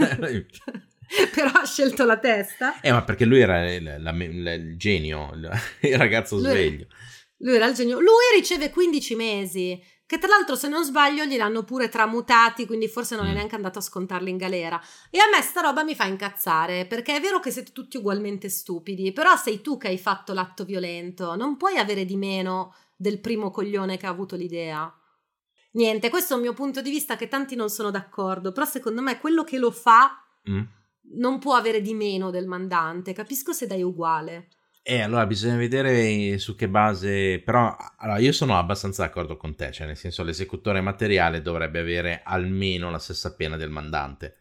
però ha scelto la testa. Ma perché lui era il genio, il ragazzo sveglio. Lui era il genio. Lui riceve 15 mesi, che tra l'altro se non sbaglio gliel'hanno pure tramutati, quindi forse non è neanche andato a scontarli in galera. E a me sta roba mi fa incazzare, perché è vero che siete tutti ugualmente stupidi, però sei tu che hai fatto l'atto violento, non puoi avere di meno del primo coglione che ha avuto l'idea. Niente, questo è un mio punto di vista, che tanti non sono d'accordo, però secondo me quello che lo fa non può avere di meno del mandante. Capisco se dai uguale. Allora bisogna vedere su che base, però allora, io sono abbastanza d'accordo con te, cioè nel senso l'esecutore materiale dovrebbe avere almeno la stessa pena del mandante.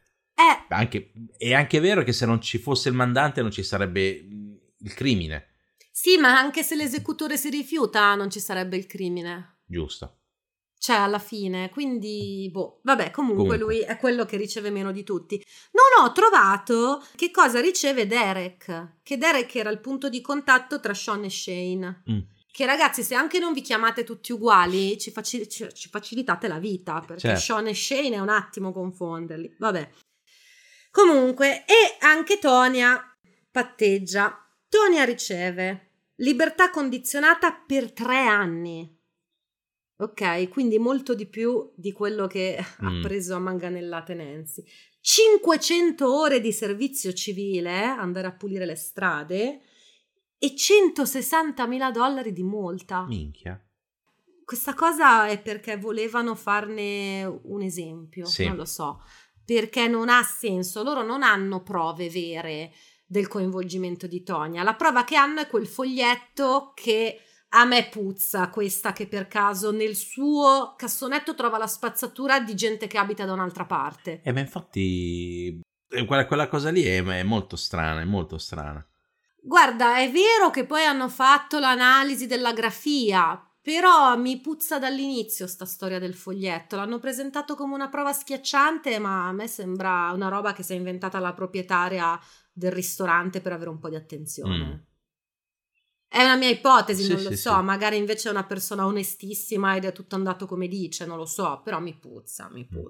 È anche vero che se non ci fosse il mandante non ci sarebbe il crimine. Sì, ma anche se l'esecutore si rifiuta non ci sarebbe il crimine. Giusto. cioè alla fine, quindi vabbè, comunque lui è quello che riceve meno di tutti. Non ho trovato che cosa riceve Derek, che Derek era il punto di contatto tra Sean e Shane. Che ragazzi, se anche non vi chiamate tutti uguali, ci facilitate la vita, perché certo. Sean e Shane è un attimo confonderli, vabbè. Comunque, e anche Tonya patteggia. Tonya riceve libertà condizionata per 3 anni. Ok, quindi molto di più di quello che ha preso a manganellate Nancy. 500 ore di servizio civile, andare a pulire le strade, e $160.000 di multa. Minchia. Questa cosa è perché volevano farne un esempio, sì. Non lo so, perché non ha senso, loro non hanno prove vere del coinvolgimento di Tonya. La prova che hanno è quel foglietto che a me puzza, questa che per caso nel suo cassonetto trova la spazzatura di gente che abita da un'altra parte. Ma infatti quella cosa lì è molto strana, è molto strana. Guarda, è vero che poi hanno fatto l'analisi della grafia, però mi puzza dall'inizio sta storia del foglietto. L'hanno presentato come una prova schiacciante, ma a me sembra una roba che si è inventata la proprietaria del ristorante per avere un po' di attenzione. È una mia ipotesi, non lo so, magari invece è una persona onestissima ed è tutto andato come dice, non lo so, però mi puzza.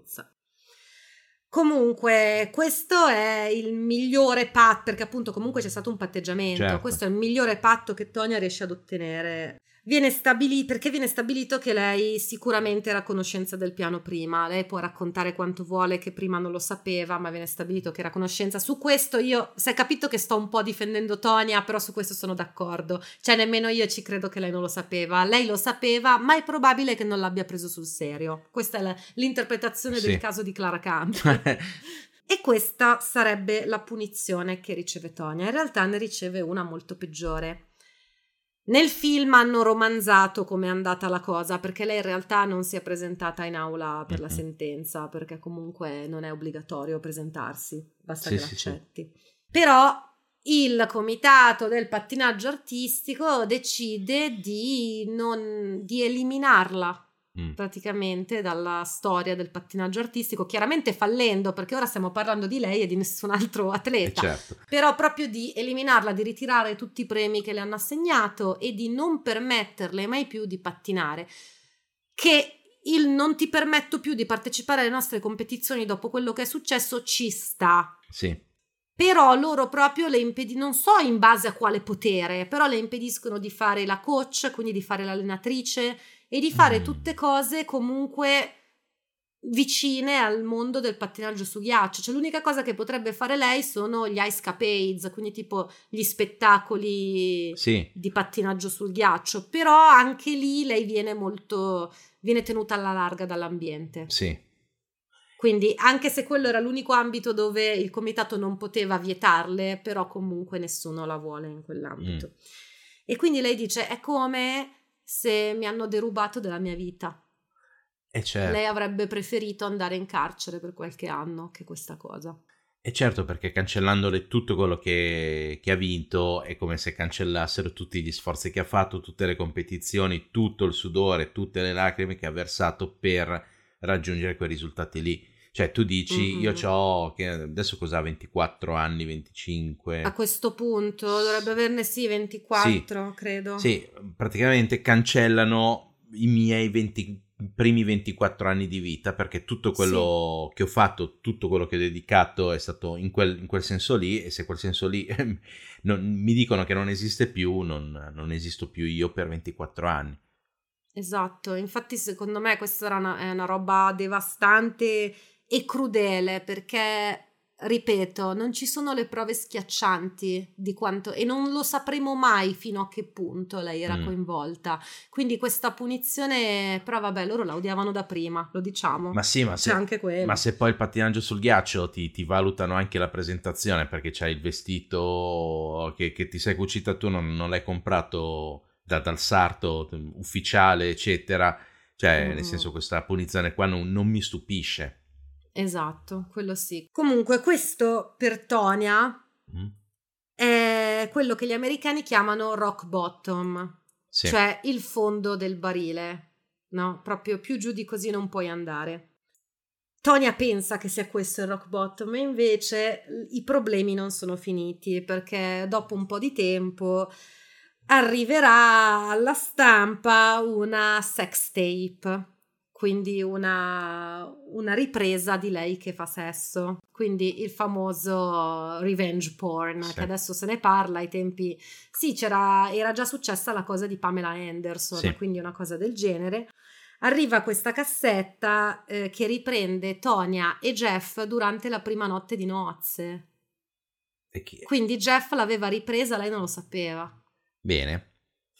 Comunque, questo è il migliore patto, perché appunto comunque c'è stato un patteggiamento, certo. Questo è il migliore patto che Tonya riesce ad ottenere. Viene stabilito che lei sicuramente era a conoscenza del piano prima. Lei può raccontare quanto vuole che prima non lo sapeva, ma viene stabilito che era a conoscenza. Su questo si è capito che sto un po' difendendo Tonya, però su questo sono d'accordo. Cioè nemmeno io ci credo che lei non lo sapeva. Lei lo sapeva, ma è probabile che non l'abbia preso sul serio. Questa è l'interpretazione del caso di Clara Campi. E questa sarebbe la punizione che riceve Tonya. In realtà ne riceve una molto peggiore. Nel film hanno romanzato come è andata la cosa, perché lei in realtà non si è presentata in aula per la sentenza, perché comunque non è obbligatorio presentarsi, basta che l'accetti. Però il comitato del pattinaggio artistico decide di eliminarla praticamente dalla storia del pattinaggio artistico, chiaramente fallendo, perché ora stiamo parlando di lei e di nessun altro atleta, certo. Però proprio di eliminarla, di ritirare tutti i premi che le hanno assegnato e di non permetterle mai più di pattinare, che il non ti permetto più di partecipare alle nostre competizioni dopo quello che è successo ci sta. Sì. Però loro proprio le non so in base a quale potere, però le impediscono di fare la coach, quindi di fare l'allenatrice e di fare tutte cose comunque vicine al mondo del pattinaggio su ghiaccio. Cioè l'unica cosa che potrebbe fare lei sono gli ice capades, quindi tipo gli spettacoli di pattinaggio sul ghiaccio, però anche lì lei viene tenuta alla larga dall'ambiente. Sì. Quindi anche se quello era l'unico ambito dove il comitato non poteva vietarle, però comunque nessuno la vuole in quell'ambito. E quindi lei dice: è come se mi hanno derubato della mia vita. E certo. Lei avrebbe preferito andare in carcere per qualche anno che questa cosa. E certo, perché cancellandole tutto quello che ha vinto è come se cancellassero tutti gli sforzi che ha fatto, tutte le competizioni, tutto il sudore, tutte le lacrime che ha versato per raggiungere quei risultati lì. Cioè tu dici, io c'ho, che adesso cos'ha, 24 anni, 25? A questo punto dovrebbe averne 24, credo. Sì, praticamente cancellano i miei primi 24 anni di vita, perché tutto quello che ho fatto, tutto quello che ho dedicato è stato in quel senso lì, e se quel senso lì mi dicono che non esiste più, non esisto più io per 24 anni. Esatto, infatti secondo me questa è una roba devastante e crudele, perché ripeto, non ci sono le prove schiaccianti di quanto, e non lo sapremo mai fino a che punto lei era coinvolta, quindi questa punizione, però vabbè, loro la odiavano da prima, lo diciamo. Ma sì, c'è anche quello. Ma se poi il pattinaggio sul ghiaccio ti valutano anche la presentazione, perché c'hai il vestito che ti sei cucita tu, non l'hai comprato dal sarto ufficiale, eccetera, cioè nel senso, questa punizione qua non mi stupisce. Esatto, quello sì. Comunque questo per Tonya è quello che gli americani chiamano rock bottom, cioè il fondo del barile. no? Proprio più giù di così non puoi andare. Tonya pensa che sia questo il rock bottom, ma invece i problemi non sono finiti, perché dopo un po' di tempo arriverà alla stampa una sex tape, quindi una ripresa di lei che fa sesso, quindi il famoso revenge porn, Sì. che adesso se ne parla. Ai tempi sì, era già successa la cosa di Pamela Anderson, Sì. quindi una cosa del genere. Arriva questa cassetta che riprende Tonya e Jeff durante la prima notte di nozze. E chi è? Quindi Jeff l'aveva ripresa, lei non lo sapeva. Bene.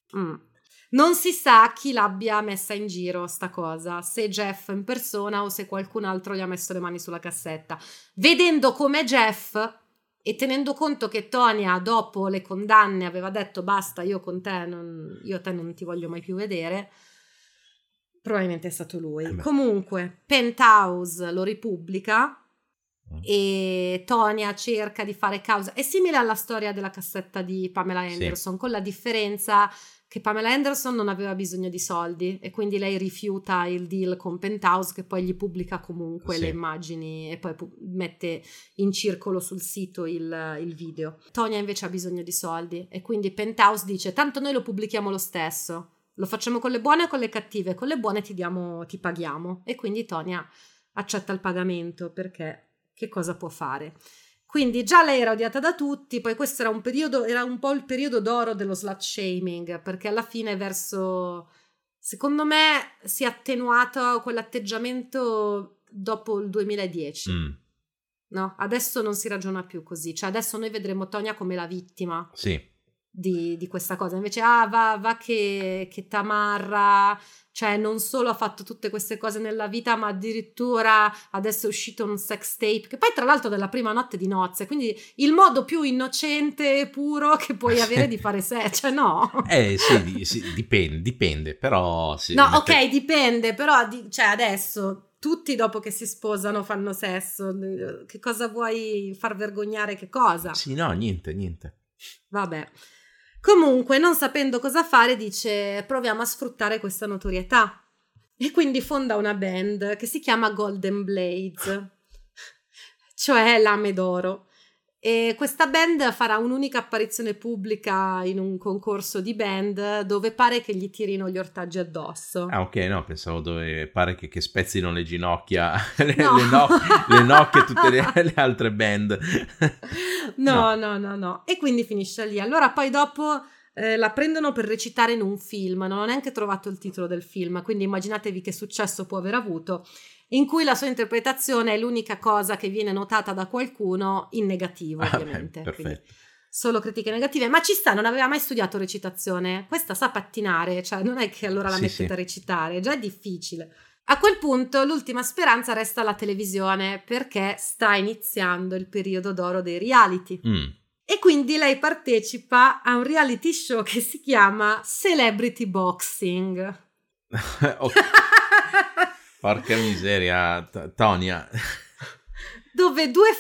Non si sa chi l'abbia messa in giro sta cosa, se Jeff in persona o se qualcun altro gli ha messo le mani sulla cassetta. Vedendo come Jeff e tenendo conto che Tonya dopo le condanne aveva detto basta, io a te non ti voglio mai più vedere, probabilmente è stato lui. Comunque Penthouse lo ripubblica e Tonya cerca di fare causa. È simile alla storia della cassetta di Pamela Anderson, con la differenza che Pamela Anderson non aveva bisogno di soldi e quindi lei rifiuta il deal con Penthouse, che poi gli pubblica comunque le immagini e poi mette in circolo sul sito il video. Tonya invece ha bisogno di soldi e quindi Penthouse dice tanto noi lo pubblichiamo lo stesso, lo facciamo con le buone o con le cattive, con le buone ti paghiamo, e quindi Tonya accetta il pagamento perché che cosa può fare? Quindi già lei era odiata da tutti, poi questo era un po' il periodo d'oro dello slut shaming, perché alla fine secondo me si è attenuato quell'atteggiamento dopo il 2010. No? Adesso non si ragiona più così, cioè adesso noi vedremo Tonya come la vittima. Sì. Di questa cosa, invece va che Tamarra, cioè non solo ha fatto tutte queste cose nella vita, ma addirittura adesso è uscito un sex tape, che poi tra l'altro della prima notte di nozze, quindi il modo più innocente e puro che puoi avere di fare sesso, cioè no? Sì, dipende, però sì. No, ok, dipende, però cioè adesso tutti dopo che si sposano fanno sesso, che cosa vuoi far vergognare, che cosa? Sì, no, niente. Vabbè. Comunque, non sapendo cosa fare, dice proviamo a sfruttare questa notorietà, e quindi fonda una band che si chiama Golden Blades, cioè Lame d'Oro, e questa band farà un'unica apparizione pubblica in un concorso di band dove pare che gli tirino gli ortaggi addosso. Ah, ok, no, pensavo dove pare che spezzino le ginocchia, No. le nocche, tutte le altre band. No. E quindi finisce lì. Allora poi dopo la prendono per recitare in un film, non ho neanche trovato il titolo del film, quindi immaginatevi che successo può aver avuto, in cui la sua interpretazione è l'unica cosa che viene notata da qualcuno in negativo, ovviamente. Perfetto. Solo critiche negative, ma ci sta, non aveva mai studiato recitazione, questa sa pattinare, cioè non è che allora la mettete a recitare, già è difficile. A quel punto l'ultima speranza resta la televisione, perché sta iniziando il periodo d'oro dei reality. E quindi lei partecipa a un reality show che si chiama Celebrity Boxing. Porca miseria, Tonya. Dove due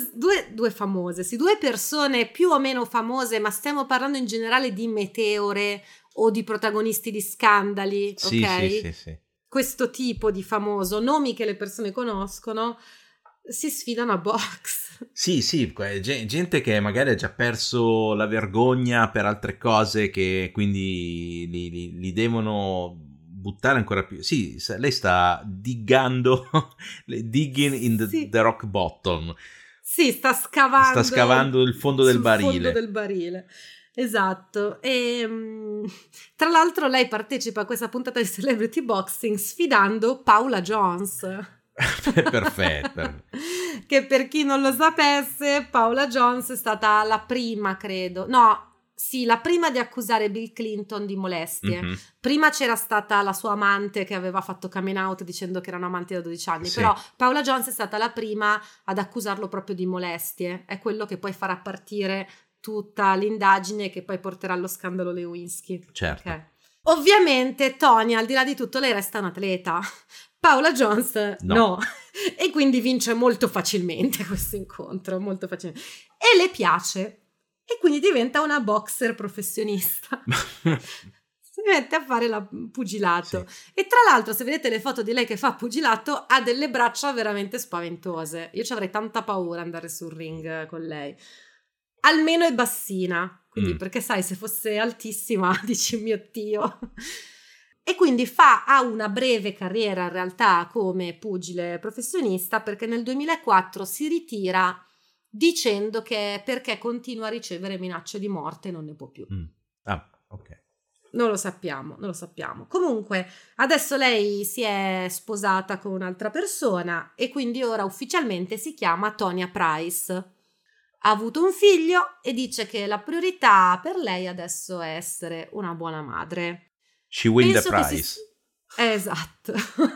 persone più o meno famose, ma stiamo parlando in generale di meteore o di protagonisti di scandali, Sì, ok? sì. Questo tipo di famoso, nomi che le persone conoscono, si sfidano a box. Sì, gente che magari ha già perso la vergogna per altre cose, che quindi li devono buttare ancora più. Sì, lei sta digging in the rock bottom. Sì, sta scavando il fondo del barile. Fondo del barile. Esatto. E tra l'altro lei partecipa a questa puntata di Celebrity Boxing sfidando Paula Jones. Perfetto. Che per chi non lo sapesse, Paula Jones è stata la prima, credo. No, sì, la prima di accusare Bill Clinton di molestie. Mm-hmm. Prima c'era stata la sua amante che aveva fatto coming out dicendo che erano amanti da 12 anni, però Paula Jones è stata la prima ad accusarlo proprio di molestie. È quello che poi farà partire tutta l'indagine che poi porterà allo scandalo Lewinsky. Certo. Okay. Ovviamente Tonya, al di là di tutto, lei resta un atleta. Paula Jones no. E quindi vince molto facilmente questo incontro, molto facilmente. E le piace. E quindi diventa una boxer professionista. mette a fare la pugilato. Sì. E tra l'altro, se vedete le foto di lei che fa pugilato, ha delle braccia veramente spaventose. Io ci avrei tanta paura andare sul ring con lei. Almeno è bassina, quindi perché sai, se fosse altissima dici mio Dio. E quindi ha una breve carriera in realtà come pugile professionista, perché nel 2004 si ritira dicendo che perché continua a ricevere minacce di morte e non ne può più. Ah, ok. Non lo sappiamo. Comunque adesso lei si è sposata con un'altra persona e quindi ora ufficialmente si chiama Tonya Price. Ha avuto un figlio e dice che la priorità per lei adesso è essere una buona madre. She win Penso the prize. Esatto.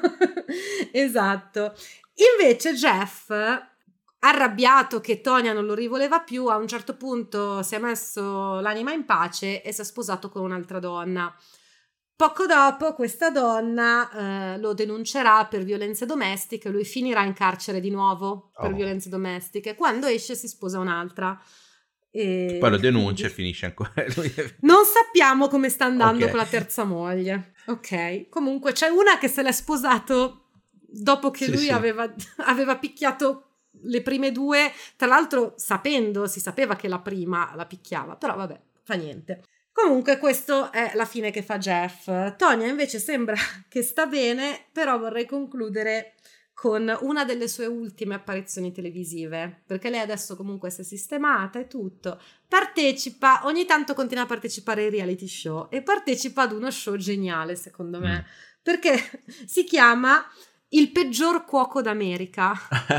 Esatto. Invece Jeff, arrabbiato che Tonya non lo rivoleva più, a un certo punto si è messo l'anima in pace e si è sposato con un'altra donna. Poco dopo questa donna lo denuncerà per violenze domestiche, lui finirà in carcere di nuovo per violenze domestiche. Quando esce si sposa un'altra. E poi lo denuncia e finisce ancora. Non sappiamo come sta andando con la terza moglie. Ok, comunque c'è una che se l'è sposato dopo che lui aveva picchiato le prime due, tra l'altro si sapeva che la prima la picchiava, però vabbè, fa niente. Comunque questo è la fine che fa Jeff. Tonya invece sembra che sta bene, però vorrei concludere con una delle sue ultime apparizioni televisive, perché lei adesso comunque si è sistemata e tutto, ogni tanto continua a partecipare ai reality show e partecipa ad uno show geniale secondo me, perché si chiama Il peggior cuoco d'America.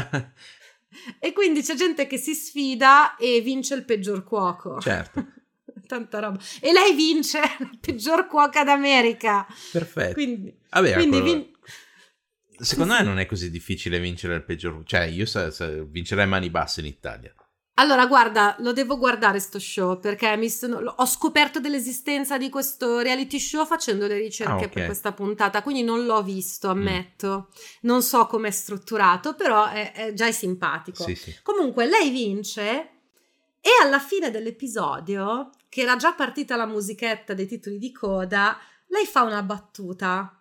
E quindi c'è gente che si sfida e vince il peggior cuoco. Certo. Tanta roba. E lei vince il peggior cuoca d'America. Perfetto. Quindi secondo me non è così difficile vincere il peggior. Cioè, io vincerei mani basse in Italia. Allora, guarda, lo devo guardare sto show, perché ho scoperto dell'esistenza di questo reality show facendo le ricerche per questa puntata, quindi non l'ho visto, ammetto. Non so com'è strutturato, però è già simpatico. Sì. Comunque, lei vince e alla fine dell'episodio, che era già partita la musichetta dei titoli di coda, lei fa una battuta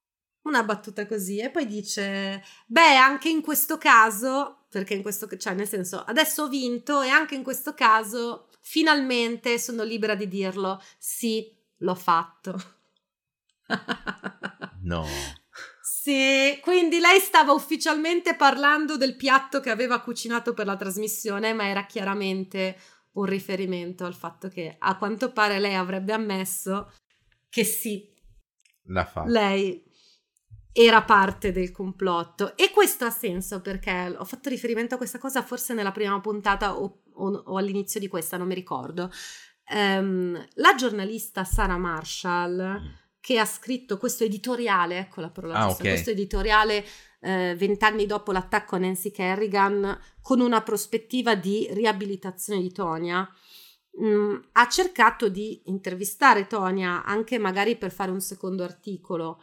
così e poi dice anche in questo caso, perché cioè nel senso adesso ho vinto e anche in questo caso finalmente sono libera di dirlo, sì, l'ho fatto. No. Sì, quindi lei stava ufficialmente parlando del piatto che aveva cucinato per la trasmissione, ma era chiaramente un riferimento al fatto che a quanto pare lei avrebbe ammesso che sì, l'ha fatto. Lei era parte del complotto, e questo ha senso perché ho fatto riferimento a questa cosa forse nella prima puntata o all'inizio di questa, non mi ricordo. La giornalista Sarah Marshall, che ha scritto questo editoriale, ecco la parola giusta, questo editoriale 20 anni dopo l'attacco a Nancy Kerrigan, con una prospettiva di riabilitazione di Tonya, ha cercato di intervistare Tonya anche magari per fare un secondo articolo,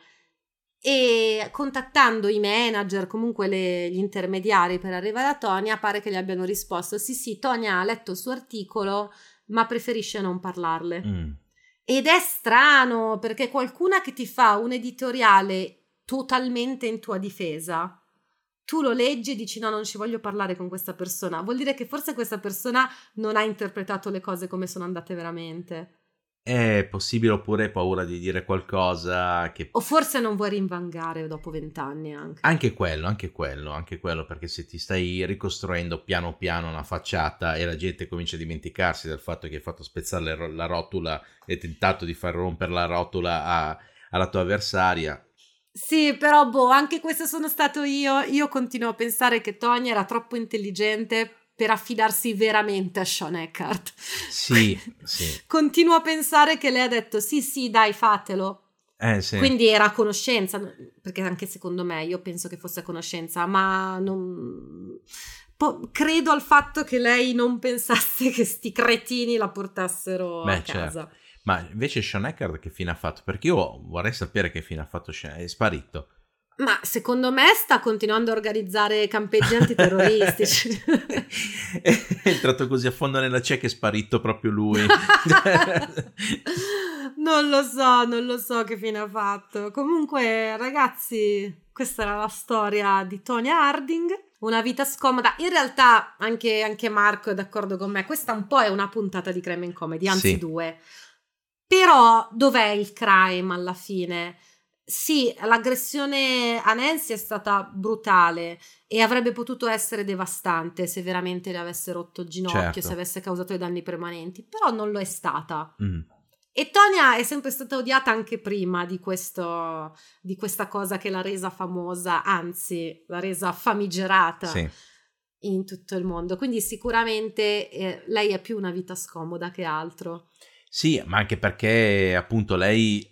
e contattando i manager, comunque gli intermediari per arrivare a Tonya, pare che gli abbiano risposto sì, Tonya ha letto il suo articolo ma preferisce non parlarle. Ed è strano, perché qualcuna che ti fa un editoriale totalmente in tua difesa, tu lo leggi e dici no, non ci voglio parlare con questa persona, vuol dire che forse questa persona non ha interpretato le cose come sono andate veramente. È possibile, oppure hai paura di dire qualcosa che... O forse non vuoi rinvangare dopo 20 anni anche. Anche quello, perché se ti stai ricostruendo piano piano una facciata e la gente comincia a dimenticarsi del fatto che hai fatto spezzare la rotula e tentato di far rompere la rotula alla tua avversaria... Sì, però anche questo sono stato io. Io continuo a pensare che Tonya era troppo intelligente per affidarsi veramente a Shawn Eckhart. Sì. Continuo a pensare che lei ha detto sì, dai, fatelo. Sì. Quindi era a conoscenza, perché anche secondo me, io penso che fosse a conoscenza, ma non... credo al fatto che lei non pensasse che sti cretini la portassero a casa. Certo. Ma invece Shawn Eckhart che fine ha fatto? Perché io vorrei sapere che fine ha fatto Shawn. È sparito. Ma secondo me sta continuando a organizzare campeggi antiterroristici. È entrato così a fondo nella CE che è sparito proprio lui. Non lo so che fine ha fatto. Comunque, ragazzi, questa era la storia di Tonya Harding. Una vita scomoda. In realtà anche Marco è d'accordo con me. Questa un po' è una puntata di Crime in Comedy, anzi Sì. 2. Però dov'è il crime alla fine? Sì, l'aggressione a Nancy è stata brutale e avrebbe potuto essere devastante se veramente le avesse rotto il ginocchio, Certo. se avesse causato dei danni permanenti, però non lo è stata. Mm. E Tonya è sempre stata odiata anche prima di questa cosa che l'ha resa famosa, anzi l'ha resa famigerata Sì. in tutto il mondo. Quindi sicuramente lei è più una vita scomoda che altro. Sì, ma anche perché appunto lei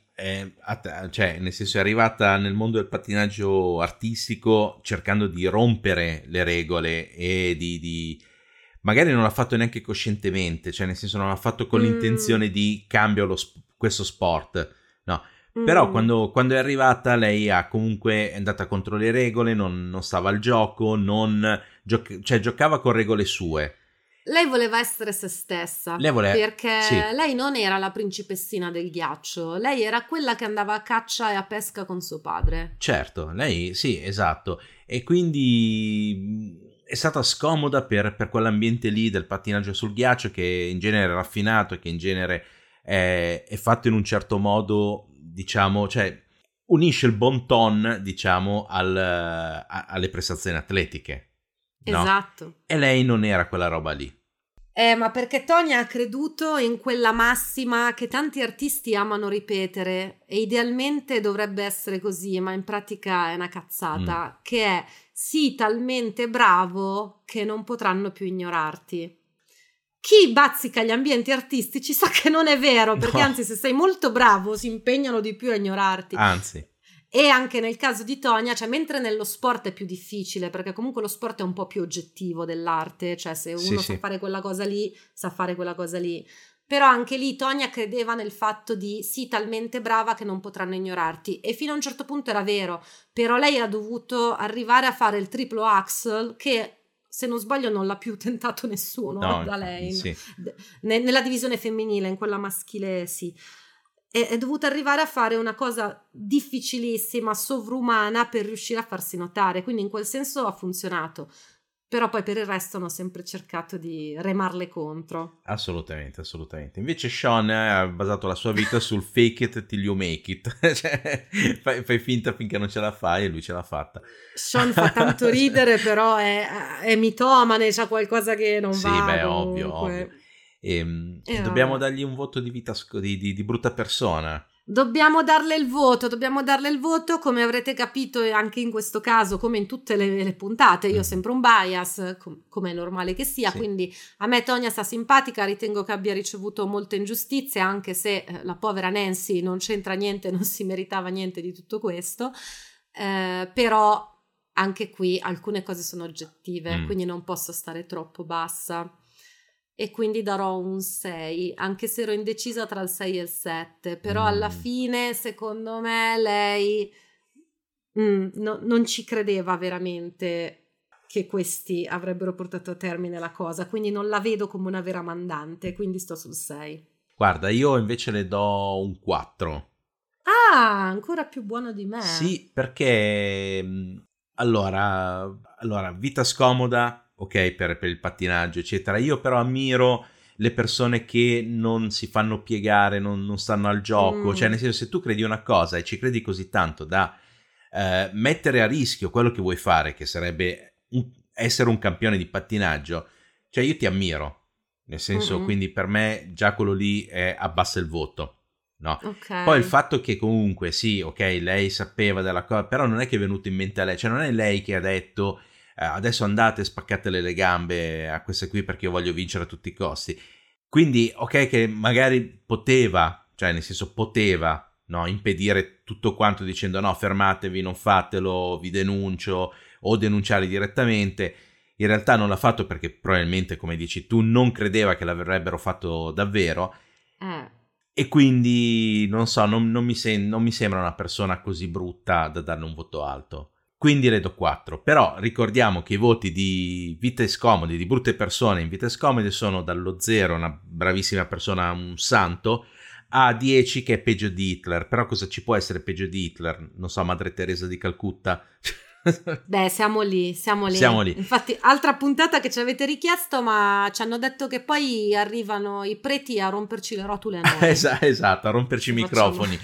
cioè nel senso è arrivata nel mondo del pattinaggio artistico cercando di rompere le regole e di magari non l'ha fatto neanche coscientemente, cioè nel senso non l'ha fatto con l'intenzione di cambio questo sport, no. Però quando è arrivata lei è andata contro le regole, non stava al gioco, cioè giocava con regole sue. Lei voleva essere se stessa, perché sì. Lei non era la principessina del ghiaccio, lei era quella che andava a caccia e a pesca con suo padre. Certo, lei sì, esatto, e quindi è stata scomoda per quell'ambiente lì del pattinaggio sul ghiaccio, che in genere è raffinato e che in genere è fatto in un certo modo, diciamo, cioè unisce il bon ton, diciamo, alle prestazioni atletiche. No? Esatto. E lei non era quella roba lì. Ma perché Tonya ha creduto in quella massima che tanti artisti amano ripetere e idealmente dovrebbe essere così, ma in pratica è una cazzata, che è sii talmente bravo che non potranno più ignorarti. Chi bazzica gli ambienti artistici sa che non è vero, perché anzi se sei molto bravo si impegnano di più a ignorarti. Anzi. E anche nel caso di Tonya, cioè mentre nello sport è più difficile, perché comunque lo sport è un po' più oggettivo dell'arte, cioè se uno sa fare quella cosa lì, sa fare quella cosa lì. Però anche lì Tonya credeva nel fatto di sì, talmente brava che non potranno ignorarti, e fino a un certo punto era vero, però lei ha dovuto arrivare a fare il triplo axel che, se non sbaglio, non l'ha più tentato nessuno da lei. Sì. Nella divisione femminile, in quella maschile sì. È dovuta arrivare a fare una cosa difficilissima, sovrumana, per riuscire a farsi notare, quindi in quel senso ha funzionato, però poi per il resto hanno sempre cercato di remarle contro. Assolutamente. Invece Sean ha basato la sua vita sul fake it till you make it, cioè fai finta finché non ce la fai, e lui ce l'ha fatta. Sean fa tanto ridere, però è mitomane, c'ha qualcosa che non va. Sì, beh, ovvio. E dobbiamo dargli un voto di vita di brutta persona. Dobbiamo darle il voto, come avrete capito anche in questo caso, come in tutte le puntate. Io ho sempre un bias, come è normale che sia, quindi a me Tonya sta simpatica, ritengo che abbia ricevuto molte ingiustizie, anche se la povera Nancy non c'entra niente, non si meritava niente di tutto questo, però anche qui alcune cose sono oggettive, quindi non posso stare troppo bassa. E quindi darò un 6, anche se ero indecisa tra il 6 e il 7, però alla fine secondo me lei non ci credeva veramente che questi avrebbero portato a termine la cosa, quindi non la vedo come una vera mandante, quindi sto sul 6. Guarda, io invece le do un 4. Ah, ancora più buono di me. Sì, perché allora vita scomoda, ok, per il pattinaggio eccetera. Io però ammiro le persone che non si fanno piegare, non stanno al gioco, cioè nel senso, se tu credi una cosa e ci credi così tanto da mettere a rischio quello che vuoi fare, che sarebbe essere un campione di pattinaggio, cioè io ti ammiro, nel senso, quindi per me già quello lì abbassa il voto, no? Okay. Poi il fatto che comunque sì, ok, lei sapeva della cosa, però non è che è venuto in mente a lei, cioè non è lei che ha detto adesso andate e spaccatele le gambe a queste qui perché io voglio vincere a tutti i costi. Quindi ok che magari poteva, cioè nel senso poteva, no, impedire tutto quanto dicendo no, fermatevi, non fatelo, vi denuncio, o denunciare direttamente. In realtà non l'ha fatto perché probabilmente, come dici tu, non credeva che l'avrebbero fatto davvero. E quindi non so, non mi sembra una persona così brutta da darle un voto alto. Quindi le do 4, però ricordiamo che i voti di vite scomode, di brutte persone in vite scomode sono dallo 0, una bravissima persona, un santo, a 10 che è peggio di Hitler, però cosa ci può essere peggio di Hitler? Non so, Madre Teresa di Calcutta. Beh, siamo lì. Siamo lì. Infatti, altra puntata che ci avete richiesto, ma ci hanno detto che poi arrivano i preti a romperci le rotule a noi. Esatto, a romperci i microfoni.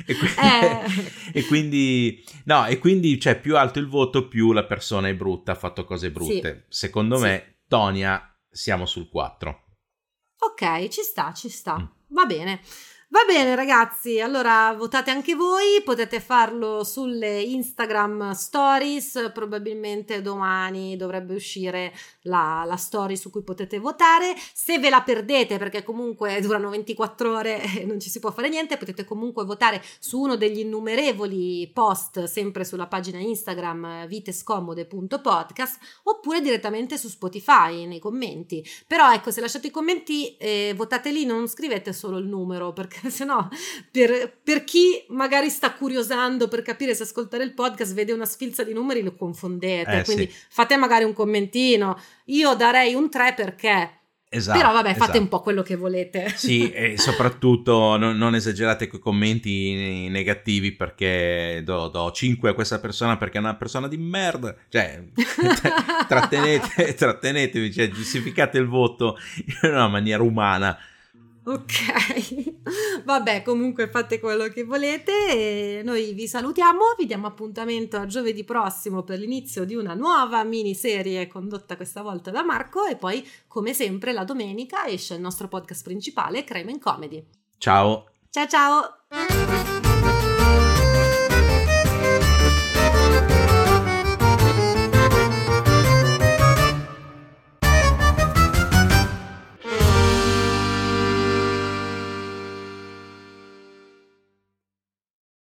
E quindi cioè, più alto il voto, più la persona è brutta, ha fatto cose brutte. Sì. Secondo me, Tonia, siamo sul 4. Ok, ci sta. Va bene ragazzi, allora votate anche voi, potete farlo sulle Instagram Stories, probabilmente domani dovrebbe uscire la story su cui potete votare. Se ve la perdete, perché comunque durano 24 ore e non ci si può fare niente, potete comunque votare su uno degli innumerevoli post sempre sulla pagina Instagram vitescomode.podcast, oppure direttamente su Spotify nei commenti. Però ecco, se lasciate i commenti votate lì, non scrivete solo il numero, perché sennò per chi magari sta curiosando per capire se ascoltare il podcast vede una sfilza di numeri, lo confondete, quindi sì. Fate magari un commentino. Io darei un 3 perché però vabbè, fate un po' quello che volete. Sì, e soprattutto non esagerate con i commenti negativi, perché do 5 a questa persona perché è una persona di merda. Cioè, trattenetevi, cioè, giustificate il voto in una maniera umana. Ok, vabbè, comunque fate quello che volete e noi vi salutiamo, vi diamo appuntamento a giovedì prossimo per l'inizio di una nuova miniserie condotta questa volta da Marco, e poi come sempre la domenica esce il nostro podcast principale, Crime and Comedy. Ciao. Ciao.